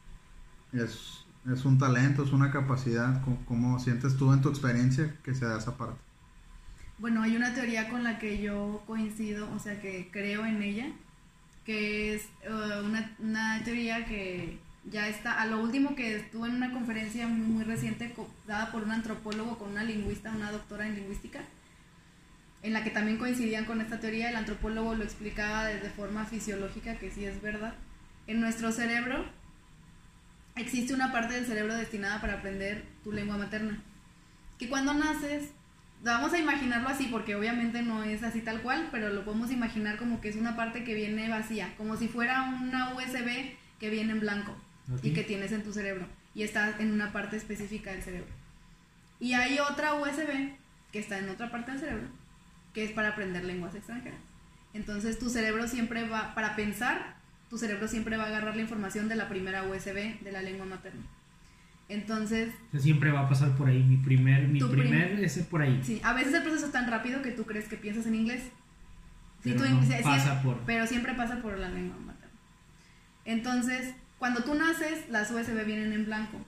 es, es un talento, es una capacidad? ¿Cómo, cómo sientes tú en tu experiencia que se da esa parte? Bueno, hay una teoría con la que yo coincido, o sea que creo en ella, que es uh, una, una teoría que ya está, a lo último que estuvo en una conferencia muy, muy reciente co- dada por un antropólogo con una lingüista, una doctora en lingüística, en la que también coincidían con esta teoría. El antropólogo lo explicaba de forma fisiológica, que sí es verdad. En nuestro cerebro existe una parte del cerebro destinada para aprender tu lengua materna, que cuando naces, vamos a imaginarlo así porque obviamente no es así tal cual, pero lo podemos imaginar como que es una parte que viene vacía, como si fuera una U S B que viene en blanco, okay, y que tienes en tu cerebro y está en una parte específica del cerebro. Y hay otra U S B que está en otra parte del cerebro que es para aprender lenguas extranjeras. Entonces tu cerebro siempre va, para pensar, tu cerebro siempre va a agarrar la información de la primera U S B de la lengua materna. Entonces, o sea, siempre va a pasar por ahí. Mi primer, mi primer prim- es por ahí. Sí, a veces el proceso es tan rápido que tú crees que piensas en inglés. Pero, sí, tú, no sí, pasa sí, por... pero siempre pasa por la lengua materna. Entonces, cuando tú naces, las U S B vienen en blanco.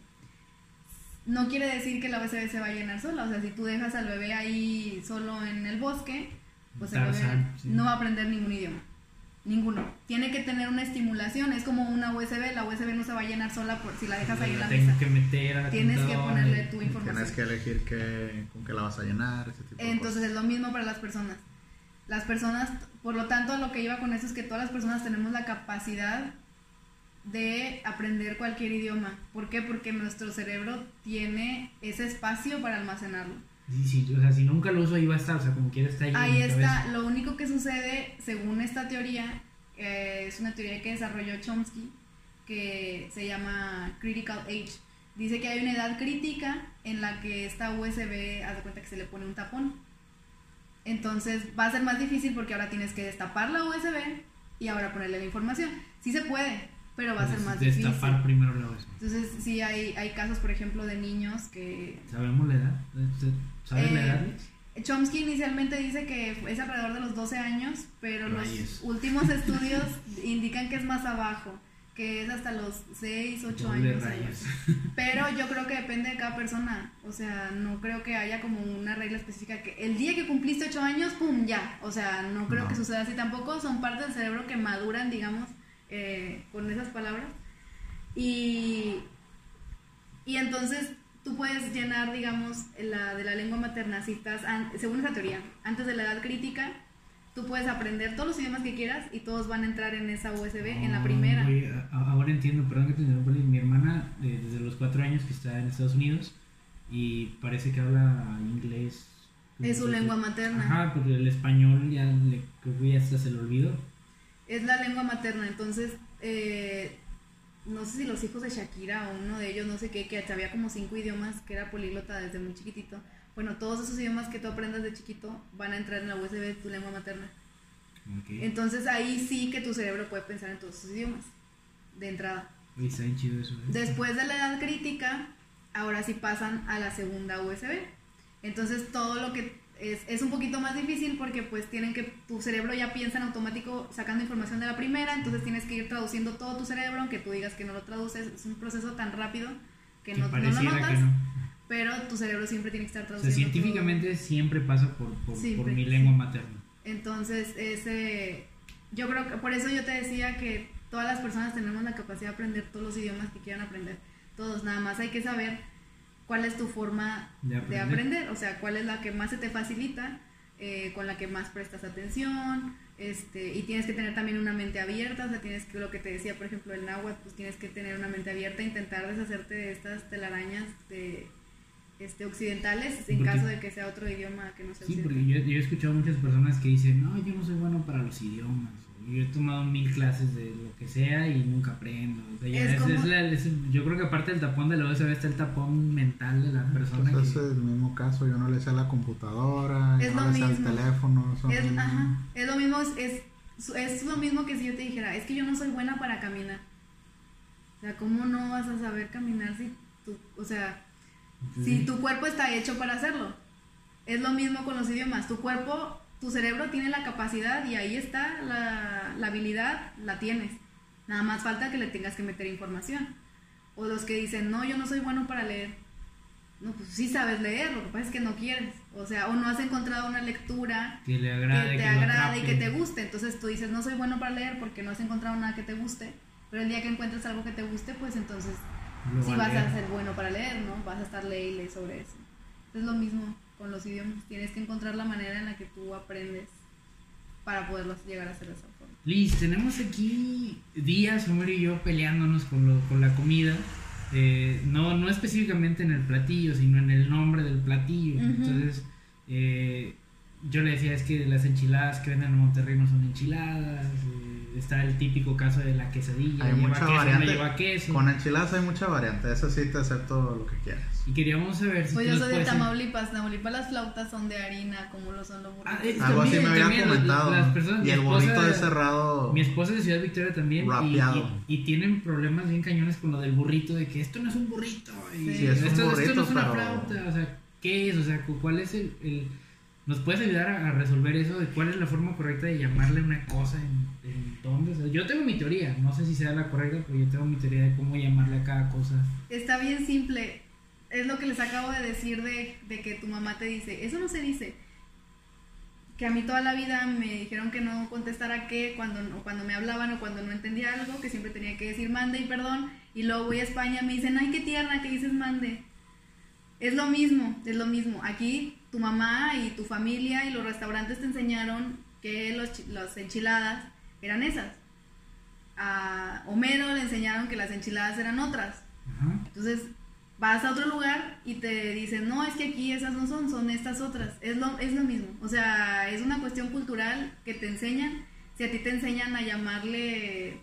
No quiere decir que la U S B se va a llenar sola. O sea, si tú dejas al bebé ahí solo en el bosque, pues el Tarzan, bebé sí. no va a aprender ningún idioma. Ninguno. Tiene que tener una estimulación. Es como una U S B. La U S B no se va a llenar sola por si la dejas ahí en la mesa. Que meter a la Tienes que ponerle tu información. Tienes que elegir qué, con qué la vas a llenar. Ese tipo Entonces de es lo mismo para las personas. Las personas, por lo tanto, lo que iba con eso es que todas las personas tenemos la capacidad de aprender cualquier idioma. ¿Por qué? Porque nuestro cerebro tiene ese espacio para almacenarlo. Sí, sí, o sea, si nunca lo uso ahí va a estar, o sea, como quiera está ahí. Ahí está, lo único que sucede, según esta teoría, eh, es una teoría que desarrolló Chomsky, que se llama Critical Age. Dice que hay una edad crítica en la que esta U S B, haz de cuenta que se le pone un tapón. Entonces va a ser más difícil porque ahora tienes que destapar la U S B y ahora ponerle la información. Sí se puede, pero va a ser más difícil. Destapar primero la U S B. Entonces sí hay, hay casos, por ejemplo, de niños que... ¿Sabemos la edad? ¿Sabes eh, la edad? Chomsky inicialmente dice que es alrededor de los doce años, pero Rayos. Los últimos estudios indican que es más abajo, que es hasta los seis, ocho años. Pero yo creo que depende de cada persona, o sea, no creo que haya como una regla específica que el día que cumpliste ocho años, pum, ya, o sea, no creo no. que suceda así tampoco, son partes del cerebro que maduran, digamos, eh, con esas palabras, y, y entonces tú puedes llenar, digamos, la de la lengua materna, si estás, según esa teoría, antes de la edad crítica, tú puedes aprender todos los idiomas que quieras y todos van a entrar en esa U S B oh, en la primera. Oye, ahora entiendo, perdón que te interrumpa, mi hermana eh, desde los cuatro años que está en Estados Unidos y parece que habla inglés. Es su lengua materna. Ajá, porque el español ya le, creo que ya hasta se lo olvidó. Es la lengua materna, entonces... Eh, no sé si los hijos de Shakira o uno de ellos, no sé qué, que había como cinco idiomas, que era políglota desde muy chiquitito, bueno, todos esos idiomas que tú aprendas de chiquito van a entrar en la U S B de tu lengua materna. Okay. Entonces ahí sí que tu cerebro puede pensar en todos esos idiomas, de entrada. Uy, está bien chido eso, ¿eh? Después de la edad crítica, ahora sí pasan a la segunda U S B. Entonces todo lo que es, es un poquito más difícil porque pues tienen que, tu cerebro ya piensa en automático sacando información de la primera, entonces tienes que ir traduciendo todo tu cerebro, aunque tú digas que no lo traduces, es un proceso tan rápido que, que no, no lo notas, que no. Pero tu cerebro siempre tiene que estar traduciendo. O sea, científicamente todo. Siempre pasa por, por, siempre, por mi lengua materna. Entonces, ese, yo creo que por eso yo te decía que todas las personas tenemos la capacidad de aprender todos los idiomas que quieran aprender, todos, nada más hay que saber cuál es tu forma de aprender, de aprender, o sea, cuál es la que más se te facilita, eh, con la que más prestas atención, este, y tienes que tener también una mente abierta, o sea, tienes que, lo que te decía, por ejemplo, el náhuatl, pues tienes que tener una mente abierta, intentar deshacerte de estas telarañas de, este, occidentales, en porque, caso de que sea otro idioma que no sea sí, porque yo, yo he escuchado muchas personas que dicen, no, yo no soy bueno para los idiomas, yo he tomado mil clases de lo que sea y nunca aprendo. O sea, ya es, es, como... es la, es, yo creo que aparte del tapón de la U S B está el tapón mental de la persona. Pues que... es el mismo caso, yo no le sé a la computadora, es yo no lo le sé mismo. al teléfono. Es, ajá, es lo mismo, es, es lo mismo que si yo te dijera, es que yo no soy buena para caminar. O sea, ¿cómo no vas a saber caminar si tú, o sea, sí. si tu cuerpo está hecho para hacerlo? Es lo mismo con los idiomas, tu cuerpo... Tu cerebro tiene la capacidad y ahí está la, la habilidad, la tienes. Nada más falta que le tengas que meter información. O los que dicen, no, yo no soy bueno para leer. No, pues sí sabes leer, lo que pasa es que no quieres. O sea, o no has encontrado una lectura que, le agrade, que te que agrade y que te guste. Entonces tú dices, no soy bueno para leer porque no has encontrado nada que te guste. Pero el día que encuentres algo que te guste, pues entonces lo sí va vas a, a ser bueno para leer, ¿no? Vas a estar leyendo sobre eso. Es lo mismo con los idiomas, tienes que encontrar la manera en la que tú aprendes para poderlos llegar a hacer de esa forma. Liz, tenemos aquí días, Homero y yo peleándonos con, lo, con la comida, eh, no, no específicamente en el platillo, sino en el nombre del platillo. Uh-huh. Entonces, eh, yo le decía, es que las enchiladas que venden en Monterrey no son enchiladas, eh, está el típico caso de la quesadilla, hay lleva mucha queso, variante. no lleva queso. Con enchiladas hay mucha variante, eso sí te acepto lo que quieras. Y queríamos saber si pues yo soy de Tamaulipas, Tamaulipas las flautas son de harina, como lo son los burritos. Ah, es, algo también, así me habían comentado. Las personas, y el bonito de cerrado. Mi esposa es de Ciudad Victoria también. Y, y, y tienen problemas bien cañones con lo del burrito, de que esto no es un burrito. Y sí, es esto, un burrito, esto no es una pero... flauta. O sea, ¿qué es? O sea, ¿cuál es el, el... ¿Nos puedes ayudar a, a resolver eso? ¿De cuál es la forma correcta de llamarle una cosa en, en dónde? O sea, yo tengo mi teoría, no sé si sea la correcta, pero yo tengo mi teoría de cómo llamarle a cada cosa. Está bien simple. Es lo que les acabo de decir de, de que tu mamá te dice, eso no se dice. Que a mí toda la vida me dijeron que no contestara qué cuando, o cuando me hablaban o cuando no entendía algo, que siempre tenía que decir mande y perdón. Y luego voy a España y me dicen, ay, qué tierna que dices mande. Es lo mismo, es lo mismo. Aquí tu mamá y tu familia y los restaurantes te enseñaron que los, las enchiladas eran esas. A Homero le enseñaron que las enchiladas eran otras. Uh-huh. Entonces vas a otro lugar y te dicen, no, es que aquí esas no son, son estas otras. Es lo, es lo mismo. O sea, es una cuestión cultural que te enseñan. Si a ti te enseñan a llamarle...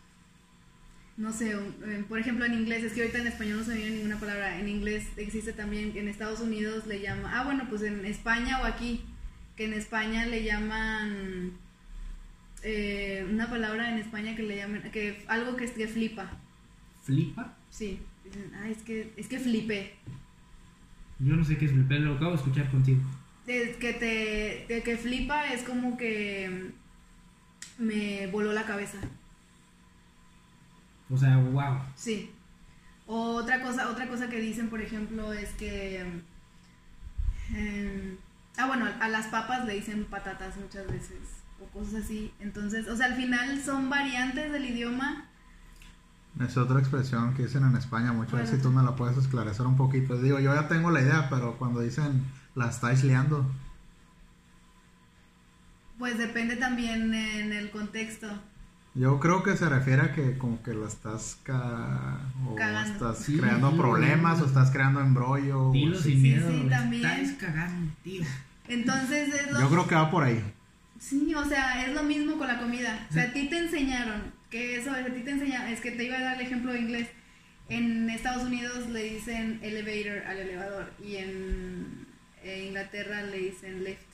No sé, por ejemplo en inglés, es que ahorita en español no se me viene ninguna palabra, en inglés existe también, en Estados Unidos le llaman, ah bueno, pues en España o aquí, que en España le llaman, eh, una palabra en España que le llaman, que algo que, que flipa. ¿Flipa? Sí, dicen, ah, es que, es que flipé. Yo no sé qué es flipé, lo acabo de escuchar contigo. Es que te, de que flipa es como que me voló la cabeza. O sea, wow. Sí. Otra cosa, otra cosa que dicen, por ejemplo, es que eh, ah, bueno, a las papas le dicen patatas muchas veces o cosas así. Entonces, o sea, al final son variantes del idioma. Es otra expresión que dicen en España mucho, bueno, a ver si tú me la puedes esclarecer un poquito. Digo, yo ya tengo la idea, pero cuando dicen la estáis liando. Pues depende también en el contexto. Yo creo que se refiere a que como que la estás ca... o cagando. Estás sí, creando sí, problemas sí. O estás creando embrollo. Dilo sin sí, miedo, sí, también. Estás cagando, tío. Entonces es lo... Yo creo que va por ahí. Sí, o sea, es lo mismo con la comida. O sea, a ti te enseñaron que eso, a ti te enseñaron, es que te iba a dar el ejemplo de inglés. En Estados Unidos le dicen elevator al elevador y en En Inglaterra le dicen left.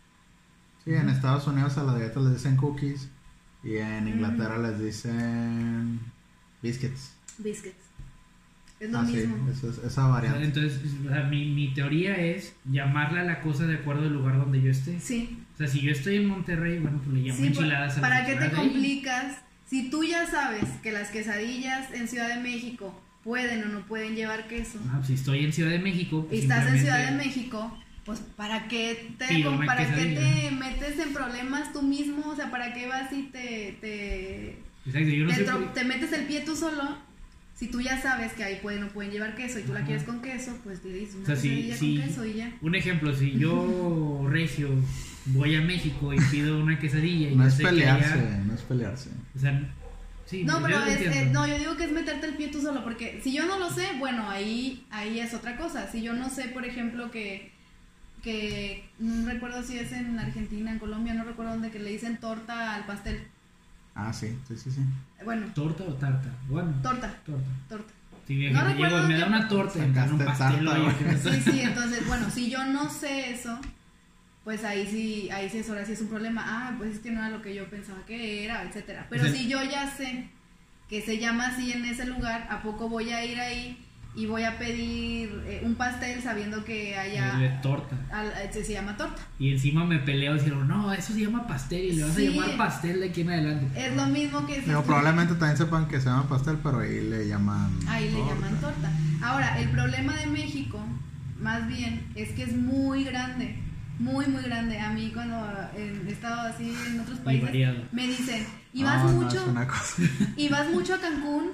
Sí, en Estados Unidos a las galletas les dicen cookies y en Inglaterra mm. les dicen biscuits. Biscuits. Es lo ah, mismo. Sí, eso es, esa variante. Entonces, o sea, mi, mi teoría es llamarle a la cosa de acuerdo al lugar donde yo esté. Sí. O sea, si yo estoy en Monterrey, bueno, pues le llamo sí, enchiladas a ¿para qué te complicas? Ahí. Si tú ya sabes que las quesadillas en Ciudad de México pueden o no pueden llevar queso. Ah, si estoy en Ciudad de México. Pues y estás en Ciudad de México, pues ¿para qué te, con, ¿para qué te metes en problemas tú mismo? O sea, ¿para qué vas y te te, Exacto, yo no te, sé tro- por... te metes el pie tú solo? Si tú ya sabes que ahí pueden o pueden llevar queso y tú Ajá. la quieres con queso, pues te dices una o sea, quesadilla si, con si, queso y ya. Un ejemplo, si yo, regio, voy a México y pido una quesadilla y no yo es sé pelearse, que allá, no es pelearse. O sea, sí, no, pero yo es, eh, no, yo digo que es meterte el pie tú solo, porque si yo no lo sé, bueno, ahí ahí es otra cosa. Si yo no sé, por ejemplo, que que no recuerdo si es en Argentina, en Colombia, no recuerdo dónde, que le dicen torta al pastel. Ah, sí, sí, sí, sí. Bueno. ¿Torta o tarta? Bueno. Torta. Torta. Torta. Si me, no llego, me da una torta y me da un pastel. Tarta, oye, sí, sí, entonces, bueno, si yo no sé eso, pues ahí sí, ahí sí es ahora sí es un problema. Ah, pues es que no era lo que yo pensaba que era, etcétera. Pero sí. Si yo ya sé que se llama así en ese lugar, ¿a poco voy a ir ahí y voy a pedir eh, un pastel sabiendo que haya de torta? Al, se, se llama torta. Y encima me peleo diciendo, no, eso se llama pastel y le vas sí, a llamar pastel de aquí en adelante. Es lo mismo que... Pero probablemente también sepan que se llama pastel, pero ahí le llaman Ahí torta. le llaman torta. Ahora, el problema de México, más bien, es que es muy grande. Muy, muy grande. A mí cuando he estado así en otros países, me dicen, ¿y vas no, mucho? No, es una cosa. ¿Y vas mucho a Cancún?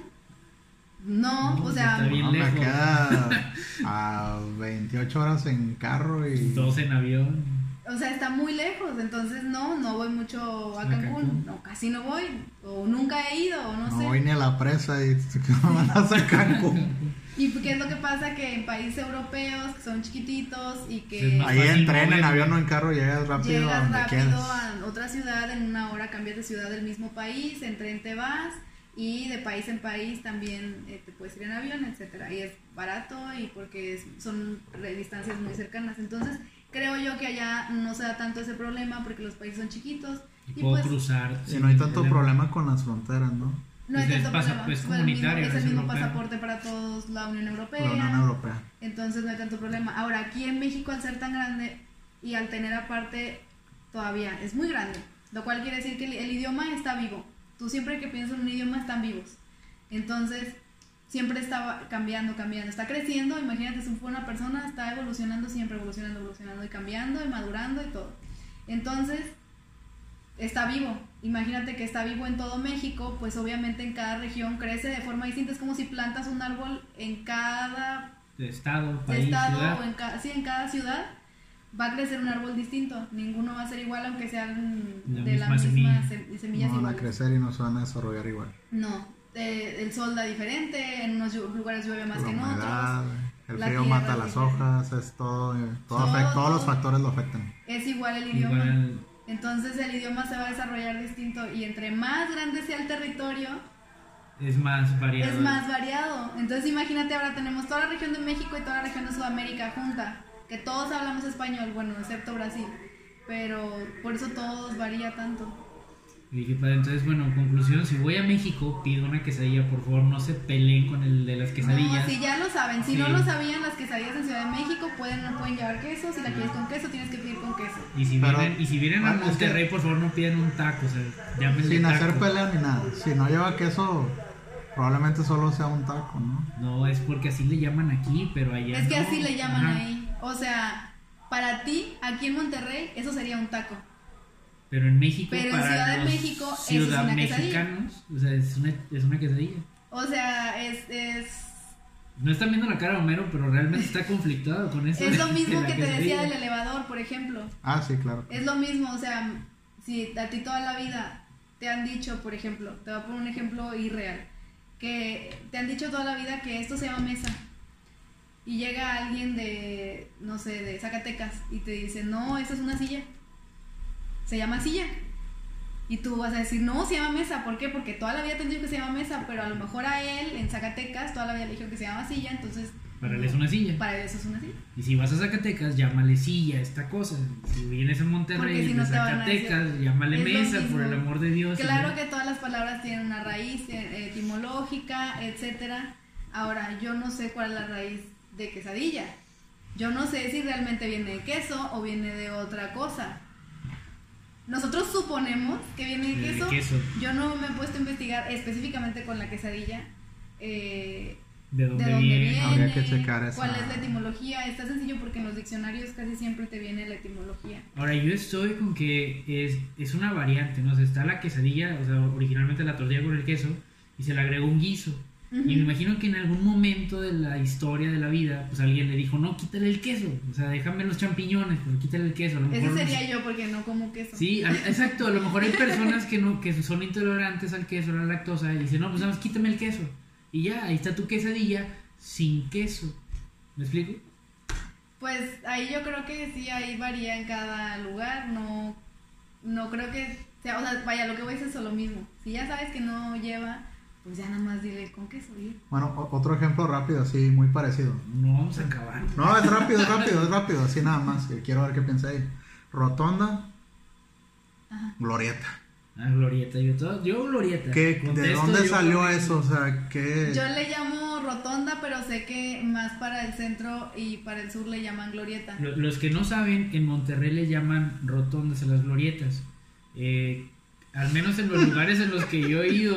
No, no, o sea, está bien no, lejos. Me queda a veintiocho horas en carro y dos en avión. O sea, está muy lejos, entonces no, no voy mucho a Cancún, a Cancún. No, casi no voy, o nunca he ido, o no, no sé. No voy ni a la presa y me van a hacer Cancún. ¿Y qué es lo que pasa? Que en países europeos que son chiquititos y que... Sí, ahí en tren, en avión o en carro llegas rápido llegas a donde rápido quieras. a otra ciudad, en una hora cambias de ciudad del mismo país, en tren te vas y de país en país también eh, te puedes ir en avión, etcétera. Y es barato y porque es, son distancias muy cercanas. Entonces creo yo que allá no se da tanto ese problema porque los países son chiquitos. Y, y puedo pues, cruzar. Y no hay tanto el... problema con las fronteras, ¿no? No hay tanto problema. Es comunitario. Es el mismo, es el mismo pasaporte para todos, la Unión Europea. La Unión Europea. Entonces no hay tanto problema. Ahora, aquí en México, al ser tan grande y al tener aparte, todavía es muy grande. Lo cual quiere decir que el, el idioma está vivo. Tú siempre que piensas en un idioma están vivos. Entonces, siempre está cambiando, cambiando. Está creciendo, imagínate, si fue una persona, está evolucionando siempre, evolucionando, evolucionando y cambiando y madurando y todo. Entonces, está vivo. Imagínate que está vivo en todo México, pues obviamente en cada región crece de forma distinta. Es como si plantas un árbol en cada estado, país, estado ciudad. O en, ca- sí, en cada ciudad va a crecer un árbol distinto. Ninguno va a ser igual aunque sean la de misma la misma semilla. sem- semillas no van iguales. a crecer y no se van a desarrollar igual. No, eh, el sol da diferente, en unos lugares llueve más La que en humedad, otros. el la frío tierra mata es las diferente. hojas, es todo, todo, Todo, afecta, todos los todo. factores lo afectan. Es igual el idioma. Igual. Entonces el idioma se va a desarrollar distinto y entre más grande sea el territorio, es más variado. es más variado. Entonces imagínate, ahora tenemos toda la región de México y toda la región de Sudamérica junta, que todos hablamos español, bueno, excepto Brasil, pero por eso todos varía tanto. Y dije, padre, entonces, bueno, conclusión, si voy a México, pido una quesadilla, por favor, no se peleen con el de las quesadillas. No, si ya lo saben, si Sí. no lo sabían, las quesadillas en Ciudad de México pueden no pueden llevar queso, si la quieres con queso, tienes que pedir con queso. Y si Pero, vienen, y si vienen a bueno, es Monterrey, que- por favor, no pidan un taco, o sea, llámenle Sin taco. hacer pelea ni nada. Si no lleva queso, probablemente solo sea un taco, ¿no? No, es porque así le llaman aquí, pero allá Es que no. así le llaman Ajá. ahí. O sea, para ti, aquí en Monterrey, eso sería un taco. Pero en México, Pero en para Ciudad de los México, eso es una ciudadmexicanos, o sea, es una, es una quesadilla. O sea, es, es, No están viendo la cara de Homero, pero realmente está conflictuado con eso. es lo de mismo la que te decía quesadilla. del elevador, por ejemplo. Ah, sí, claro. Es lo mismo, o sea, si a ti toda la vida te han dicho, por ejemplo, te voy a poner un ejemplo irreal, que te han dicho toda la vida que esto se llama mesa. Y llega alguien de, no sé, de Zacatecas y te dice, no, esta es una silla. Se llama silla. Y tú vas a decir, no, se llama mesa. ¿Por qué? Porque toda la vida te han dicho que se llama mesa, pero a lo mejor a él, en Zacatecas, toda la vida le dijo que se llama silla, entonces Para él es una silla. Para él eso es una silla. Y si vas a Zacatecas, llámale silla a esta cosa. Si vienes a Monterrey, si no de Zacatecas, decir, llámale mesa, por el amor de Dios. Claro, ¿no? Que todas las palabras tienen una raíz etimológica, etcétera. Ahora, yo no sé cuál es la raíz de quesadilla. Yo no sé si realmente viene de queso o viene de otra cosa. Nosotros suponemos que viene de queso. De queso. Yo no me he puesto a investigar específicamente con la quesadilla. Eh, ¿De dónde, de dónde viene? viene? Habría que checar esa. ¿Cuál es la etimología? Está sencillo porque en los diccionarios casi siempre te viene la etimología. Ahora, yo estoy con que es, es una variante, ¿no? O sea, está la quesadilla, o sea, originalmente la tortilla con el queso, y se le agregó un guiso. Uh-huh. Y me imagino que en algún momento de la historia de la vida, pues alguien le dijo, no, quítale el queso, o sea, déjame los champiñones, pero quítale el queso. A lo mejor ese sería no... yo porque no como queso. Sí, a, exacto, a lo mejor hay personas que no que son intolerantes al queso, a la lactosa, y dicen, no, pues nada más quítame el queso. Y ya, ahí está tu quesadilla sin queso. ¿Me explico? Pues ahí yo creo que sí, ahí varía en cada lugar, no, no creo que sea, o sea, vaya, lo que voy a decir es lo mismo. Si ya sabes que no lleva, pues ya nada más dile con queso. ¿Sí? Bueno, o- otro ejemplo rápido, así, muy parecido. No vamos a acabar. No, es rápido, es rápido, es rápido, así nada más. Quiero ver qué piensa ahí. Rotonda, Ajá. glorieta. Ah, glorieta, yo, todo, yo glorieta. ¿Qué, ¿De Contesto dónde yo salió glorieta. eso? O sea, ¿qué? Yo le llamo rotonda, pero sé que más para el centro y para el sur le llaman glorieta. Lo- Los que no saben, en Monterrey le llaman rotondas a las glorietas. Eh, al menos en los lugares en los que yo he ido.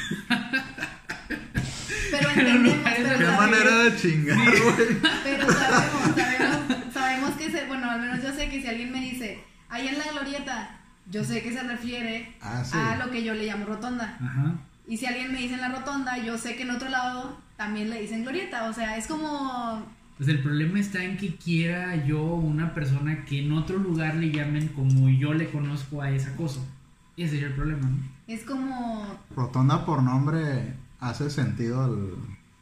Pero entendemos, pero ¿Qué sabemos, manera de chingar, güey? pero sabemos, sabemos, sabemos que se, bueno, al menos yo sé que si alguien me dice, ahí en la glorieta, yo sé que se refiere Ah, sí. a lo que yo le llamo rotonda. Ajá. Y si alguien me dice en la rotonda, yo sé que en otro lado también le dicen glorieta. O sea, es como... Pues el problema está en que quiera yo una persona que en otro lugar le llamen como yo le conozco a esa cosa. Ese sería el problema, ¿no? Es como... Rotonda por nombre hace sentido al,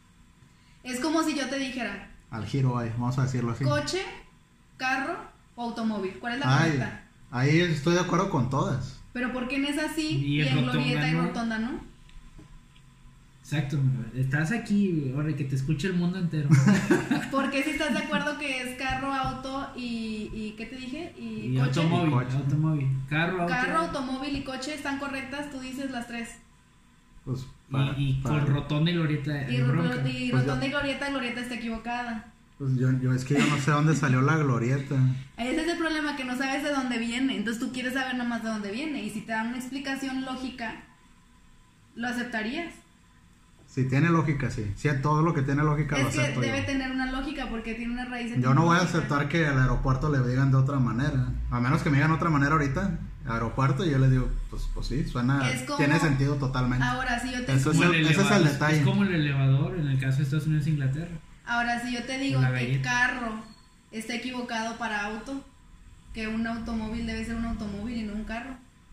Es como si yo te dijera, al giro ahí, vamos a decirlo así. coche, carro o automóvil. ¿Cuál es la Ay, correcta? ahí estoy de acuerdo con todas. Pero ¿por qué en esa sí Y y, en en rotonda glorieta y no? rotonda no? Exacto, estás aquí, ahora que te escuche el mundo entero. Porque si estás de acuerdo que es carro, auto y... y ¿qué te dije? Y, Y coche. automóvil, Coche. automóvil. Carro, auto. Carro, automóvil y coche están correctas, tú dices las tres. Pues, Y, para- y para- con rotonda y glorieta. Y, hay ro- bronca. y Pues rotonda yo- y glorieta, glorieta está equivocada. pues yo, yo es que yo no sé dónde salió la glorieta. Ese es el problema, que no sabes de dónde viene. Entonces tú quieres saber nada más de dónde viene. Y si te dan una explicación lógica, ¿lo aceptarías? Si tiene lógica, sí. Si todo lo que tiene lógica lo Es que acepto debe yo. tener una lógica porque tiene una raíz. Yo no voy a etimológica. aceptar que al aeropuerto le digan de otra manera. A menos que me digan de otra manera ahorita. Aeropuerto, y yo les digo, pues, pues sí, suena. Es como- Tiene sentido totalmente. Ahora, si yo te Eso es Como el- el ese es el elevador, detalle. Es como el elevador en el caso de Estados Unidos e Inglaterra. Ahora, si yo te digo La que galleta. carro está equivocado para auto, que un automóvil debe ser un automóvil y no un carro.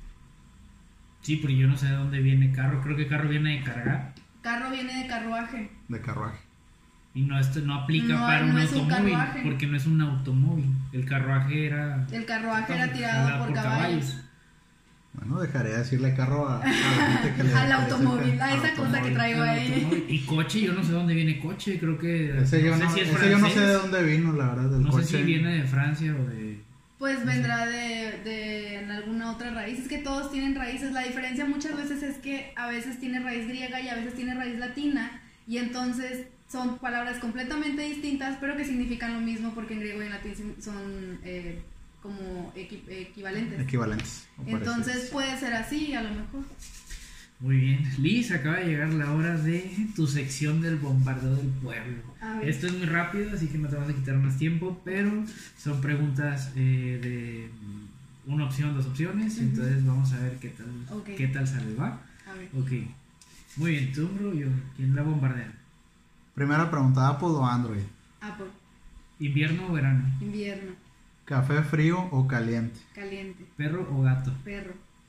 Sí, pero yo no sé de dónde viene carro. Creo que carro viene de cargar. Carro viene de carruaje. De carruaje. Y no, esto no aplica No, para no un es un automóvil. carruaje. Porque no es un automóvil. El carruaje era. El carruaje era jalado tirado por, caballos. Bueno, dejaré de decirle carro a, a la gente que le. Al que le automóvil, dice a esa al cosa que automóvil. traigo Al ahí. automóvil. Y coche, yo no sé dónde viene coche. Creo que. Ese, yo, sé no, si es ese yo no sé francés. de dónde vino, la verdad. Del No coche. sé si viene de Francia o de. Pues vendrá de, de en alguna otra raíz. Es que todos tienen raíces. La diferencia muchas veces es que a veces tiene raíz griega y a veces tiene raíz latina. Y entonces son palabras completamente distintas, pero que significan lo mismo porque en griego y en latín son eh, como equi- equivalentes. Equivalentes. o Entonces parecidos. puede ser así, a lo mejor. Muy bien. Liz, acaba de llegar la hora de tu sección del bombardeo del pueblo. A ver. Esto es muy rápido, así que no te vas a quitar más tiempo, pero son preguntas eh, de una opción, dos opciones. Ujú. Entonces vamos a ver qué tal, Ok. qué tal sale, ¿va? A ver. Ok. Muy bien, tú, bro, yo. ¿Quién la bombardea? Primera pregunta: ¿Apple o Android? Apple, ¿Invierno o verano? invierno, ¿Café frío o caliente? caliente, ¿Perro o gato? perro,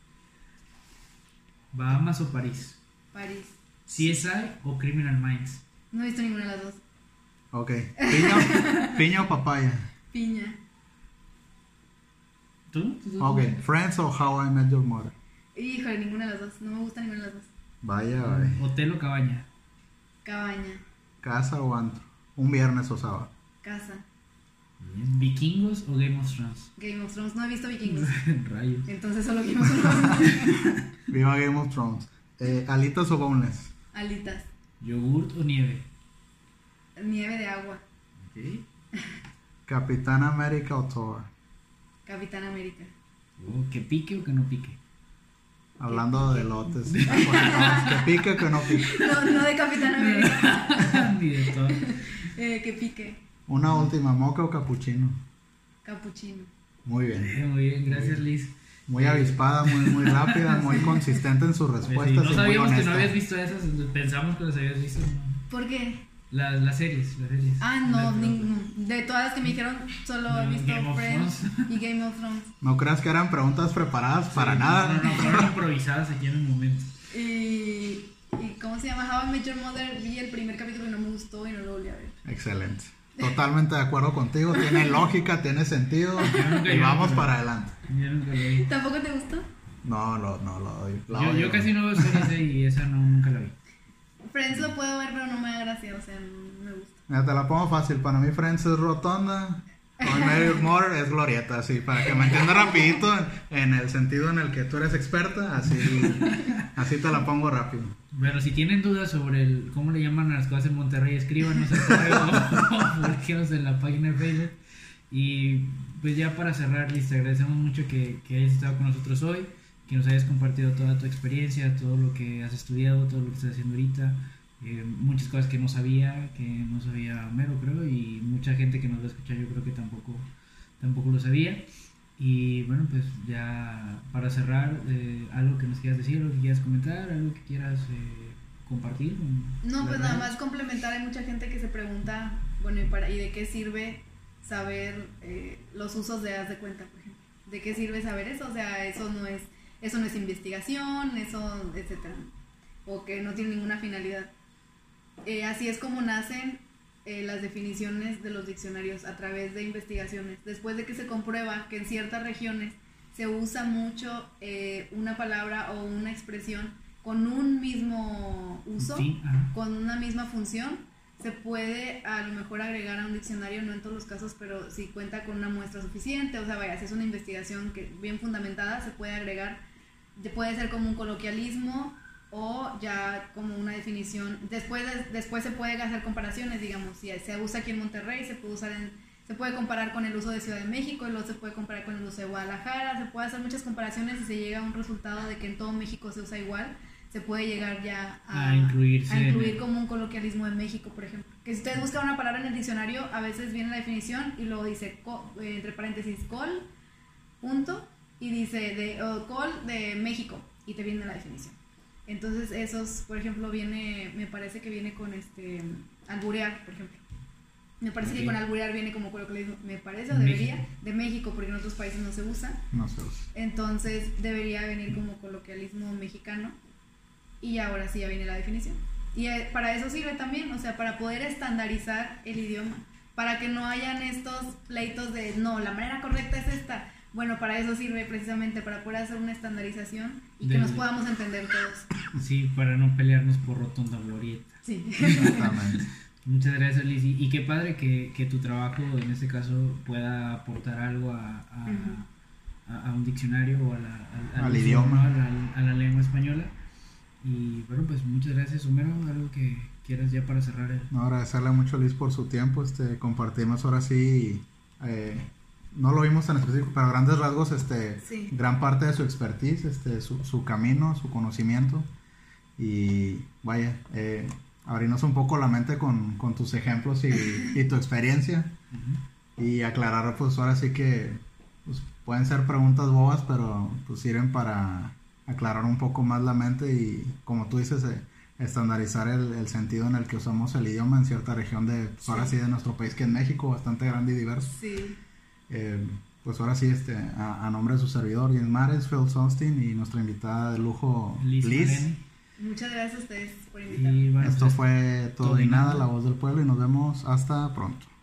¿Bahamas o París? París. ¿C S I o Criminal Minds? No he visto ninguna de las dos. Ok. ¿Piña, piña o papaya? Piña. ¿Tú? ¿Tú, tú, tú? Ok. ¿Friends o How I Met Your Mother? Híjole, ninguna de las dos. No me gusta ninguna de las dos. Vaya, vaya. ¿Hotel o cabaña? Cabaña, ¿Casa o antro? un viernes o sábado. Casa. Bien. ¿Vikingos o Game of Thrones? Game of Thrones, no he visto Vikingos. Rayos. Entonces solo Game of Thrones. Viva Game of Thrones. Eh, ¿alitas o boneless? Alitas. ¿Yogurt o nieve? Nieve de agua. Ok. ¿Capitán América o Thor? Capitán América. Oh, ¿que pique o que no pique? Hablando de lotes. ¿Que pique o que no pique? No, no de Capitán América. Ni de todo. Eh, que pique. Una última, ¿moca o capuchino? Capuchino. Muy bien. Eh, Muy bien, gracias Liz. Muy avispada, muy, muy rápida, muy consistente en sus Pues sí, respuestas. no y muy sabíamos que honesta. no habías visto esas, pensamos que las habías visto. ¿Por qué? Las, las series, las series. Ah, no, Las- ninguno. De todas las que me dijeron, solo No, he visto Game of Friends Thrones. y Game of Thrones. No creas que eran preguntas preparadas para Sí, nada. No, no, fueron improvisadas aquí en el momento. Y, y ¿cómo se llama? How I Met Your Mother. Vi el primer capítulo y no me gustó y no lo volví a ver. Excelente. Totalmente de acuerdo contigo. Tiene lógica, tiene sentido. Yo nunca- Y yo vamos nunca- para adelante. Yo nunca lo vi. ¿Tampoco te gustó? No, no, no lo doy. la Yo, odio. yo casi no veo series eh, y esa no, nunca la vi. Friends lo puedo ver, pero no me da gracia, o sea, no me gusta. Mira, te la pongo fácil. Para mí Friends es rotonda. Con Mary Moore es glorieta, así. Para que me entienda rapidito en el sentido en el que tú eres experta. Así, así te la pongo rápido. Bueno, si tienen dudas sobre el, cómo le llaman a las cosas en Monterrey, escríbanos al correo o búsquenos en la página de Facebook. Y pues ya para cerrar, Liz, te agradecemos mucho que, que hayas estado con nosotros hoy, que nos hayas compartido toda tu experiencia, todo lo que has estudiado, todo lo que estás haciendo ahorita, eh, muchas cosas que no sabía, que no sabía Homero, creo, y mucha gente que nos va a escuchar yo creo que tampoco, tampoco lo sabía. Y bueno, pues ya para cerrar, eh, algo que nos quieras decir, algo que quieras comentar, algo que quieras eh, compartir. No, las pues nada redes. más complementar, hay mucha gente que se pregunta, bueno, ¿y, para, ¿y de qué sirve saber eh, los usos de haz de cuenta, por ejemplo? ¿De qué sirve saber eso? O sea, eso no es, eso no es investigación, eso, etcétera, o que no tiene ninguna finalidad. Eh, así es como nacen eh, las definiciones de los diccionarios, a través de investigaciones. Después de que se comprueba que en ciertas regiones se usa mucho eh, una palabra o una expresión con un mismo uso, Sí, ajá. con una misma función, se puede a lo mejor agregar a un diccionario, no en todos los casos, pero si cuenta con una muestra suficiente, o sea, vaya, si es una investigación que bien fundamentada, se puede agregar, puede ser como un coloquialismo o ya como una definición. Después, después se puede hacer comparaciones, digamos, si se usa aquí en Monterrey, se puede usar en, se puede comparar con el uso de Ciudad de México, y luego se puede comparar con el uso de Guadalajara, se puede hacer muchas comparaciones y se llega a un resultado de que en todo México se usa igual. Se puede llegar ya a, A incluirse a incluir en- como un coloquialismo de México, por ejemplo. Que si ustedes buscan una palabra en el diccionario, a veces viene la definición y luego dice, co, eh, entre paréntesis, col, punto, y dice de oh, col de México, y te viene la definición. Entonces esos, por ejemplo, viene, me parece que viene con este, alburear, por ejemplo. Me parece Ok. que con alburear viene como coloquialismo, me parece, o debería, México. de México, porque en otros países no se usa. No se usa. Entonces debería venir como coloquialismo mexicano. Y ahora sí ya viene la definición. Y eh, para eso sirve también, o sea, para poder estandarizar el idioma, para que no hayan estos pleitos de, no, la manera correcta es esta. Bueno, para eso sirve precisamente, para poder hacer una estandarización y que Del- nos podamos entender todos. Sí, para no pelearnos por rotonda glorieta. Sí. Exactamente. Muchas gracias, Liz. Y, y qué padre que, que tu trabajo, en este caso, pueda aportar algo a, a, Ujú. a, a un diccionario o a la, Al uso, idioma. ¿no? A la, a la lengua española. Y bueno, pues muchas gracias, Homero. Algo que quieras ya para cerrar el... No, agradecerle mucho a Liz por su tiempo, este, compartirnos ahora sí, eh, no lo vimos tan específico, pero a grandes rasgos, este, Sí. gran parte de su expertise, este, su, su camino, su conocimiento, y vaya, eh, abrirnos un poco la mente con, con tus ejemplos y, y tu experiencia, Ujú. y aclarar, pues ahora sí que pues, pueden ser preguntas bobas, pero pues sirven para aclarar un poco más la mente y, como tú dices, eh, estandarizar el, el sentido en el que usamos el idioma en cierta región de, pues, ahora sí, de nuestro país, que es México, bastante grande y diverso. Sí. Eh, pues ahora sí, este, a, a nombre de su servidor, James Mares, Phil Sonstein, y nuestra invitada de lujo, Liz. Liz. Maleni. Muchas gracias a ustedes por invitarme. Y bueno, Esto pues, fue Todo y Nada, la voz del pueblo, y nos vemos hasta pronto.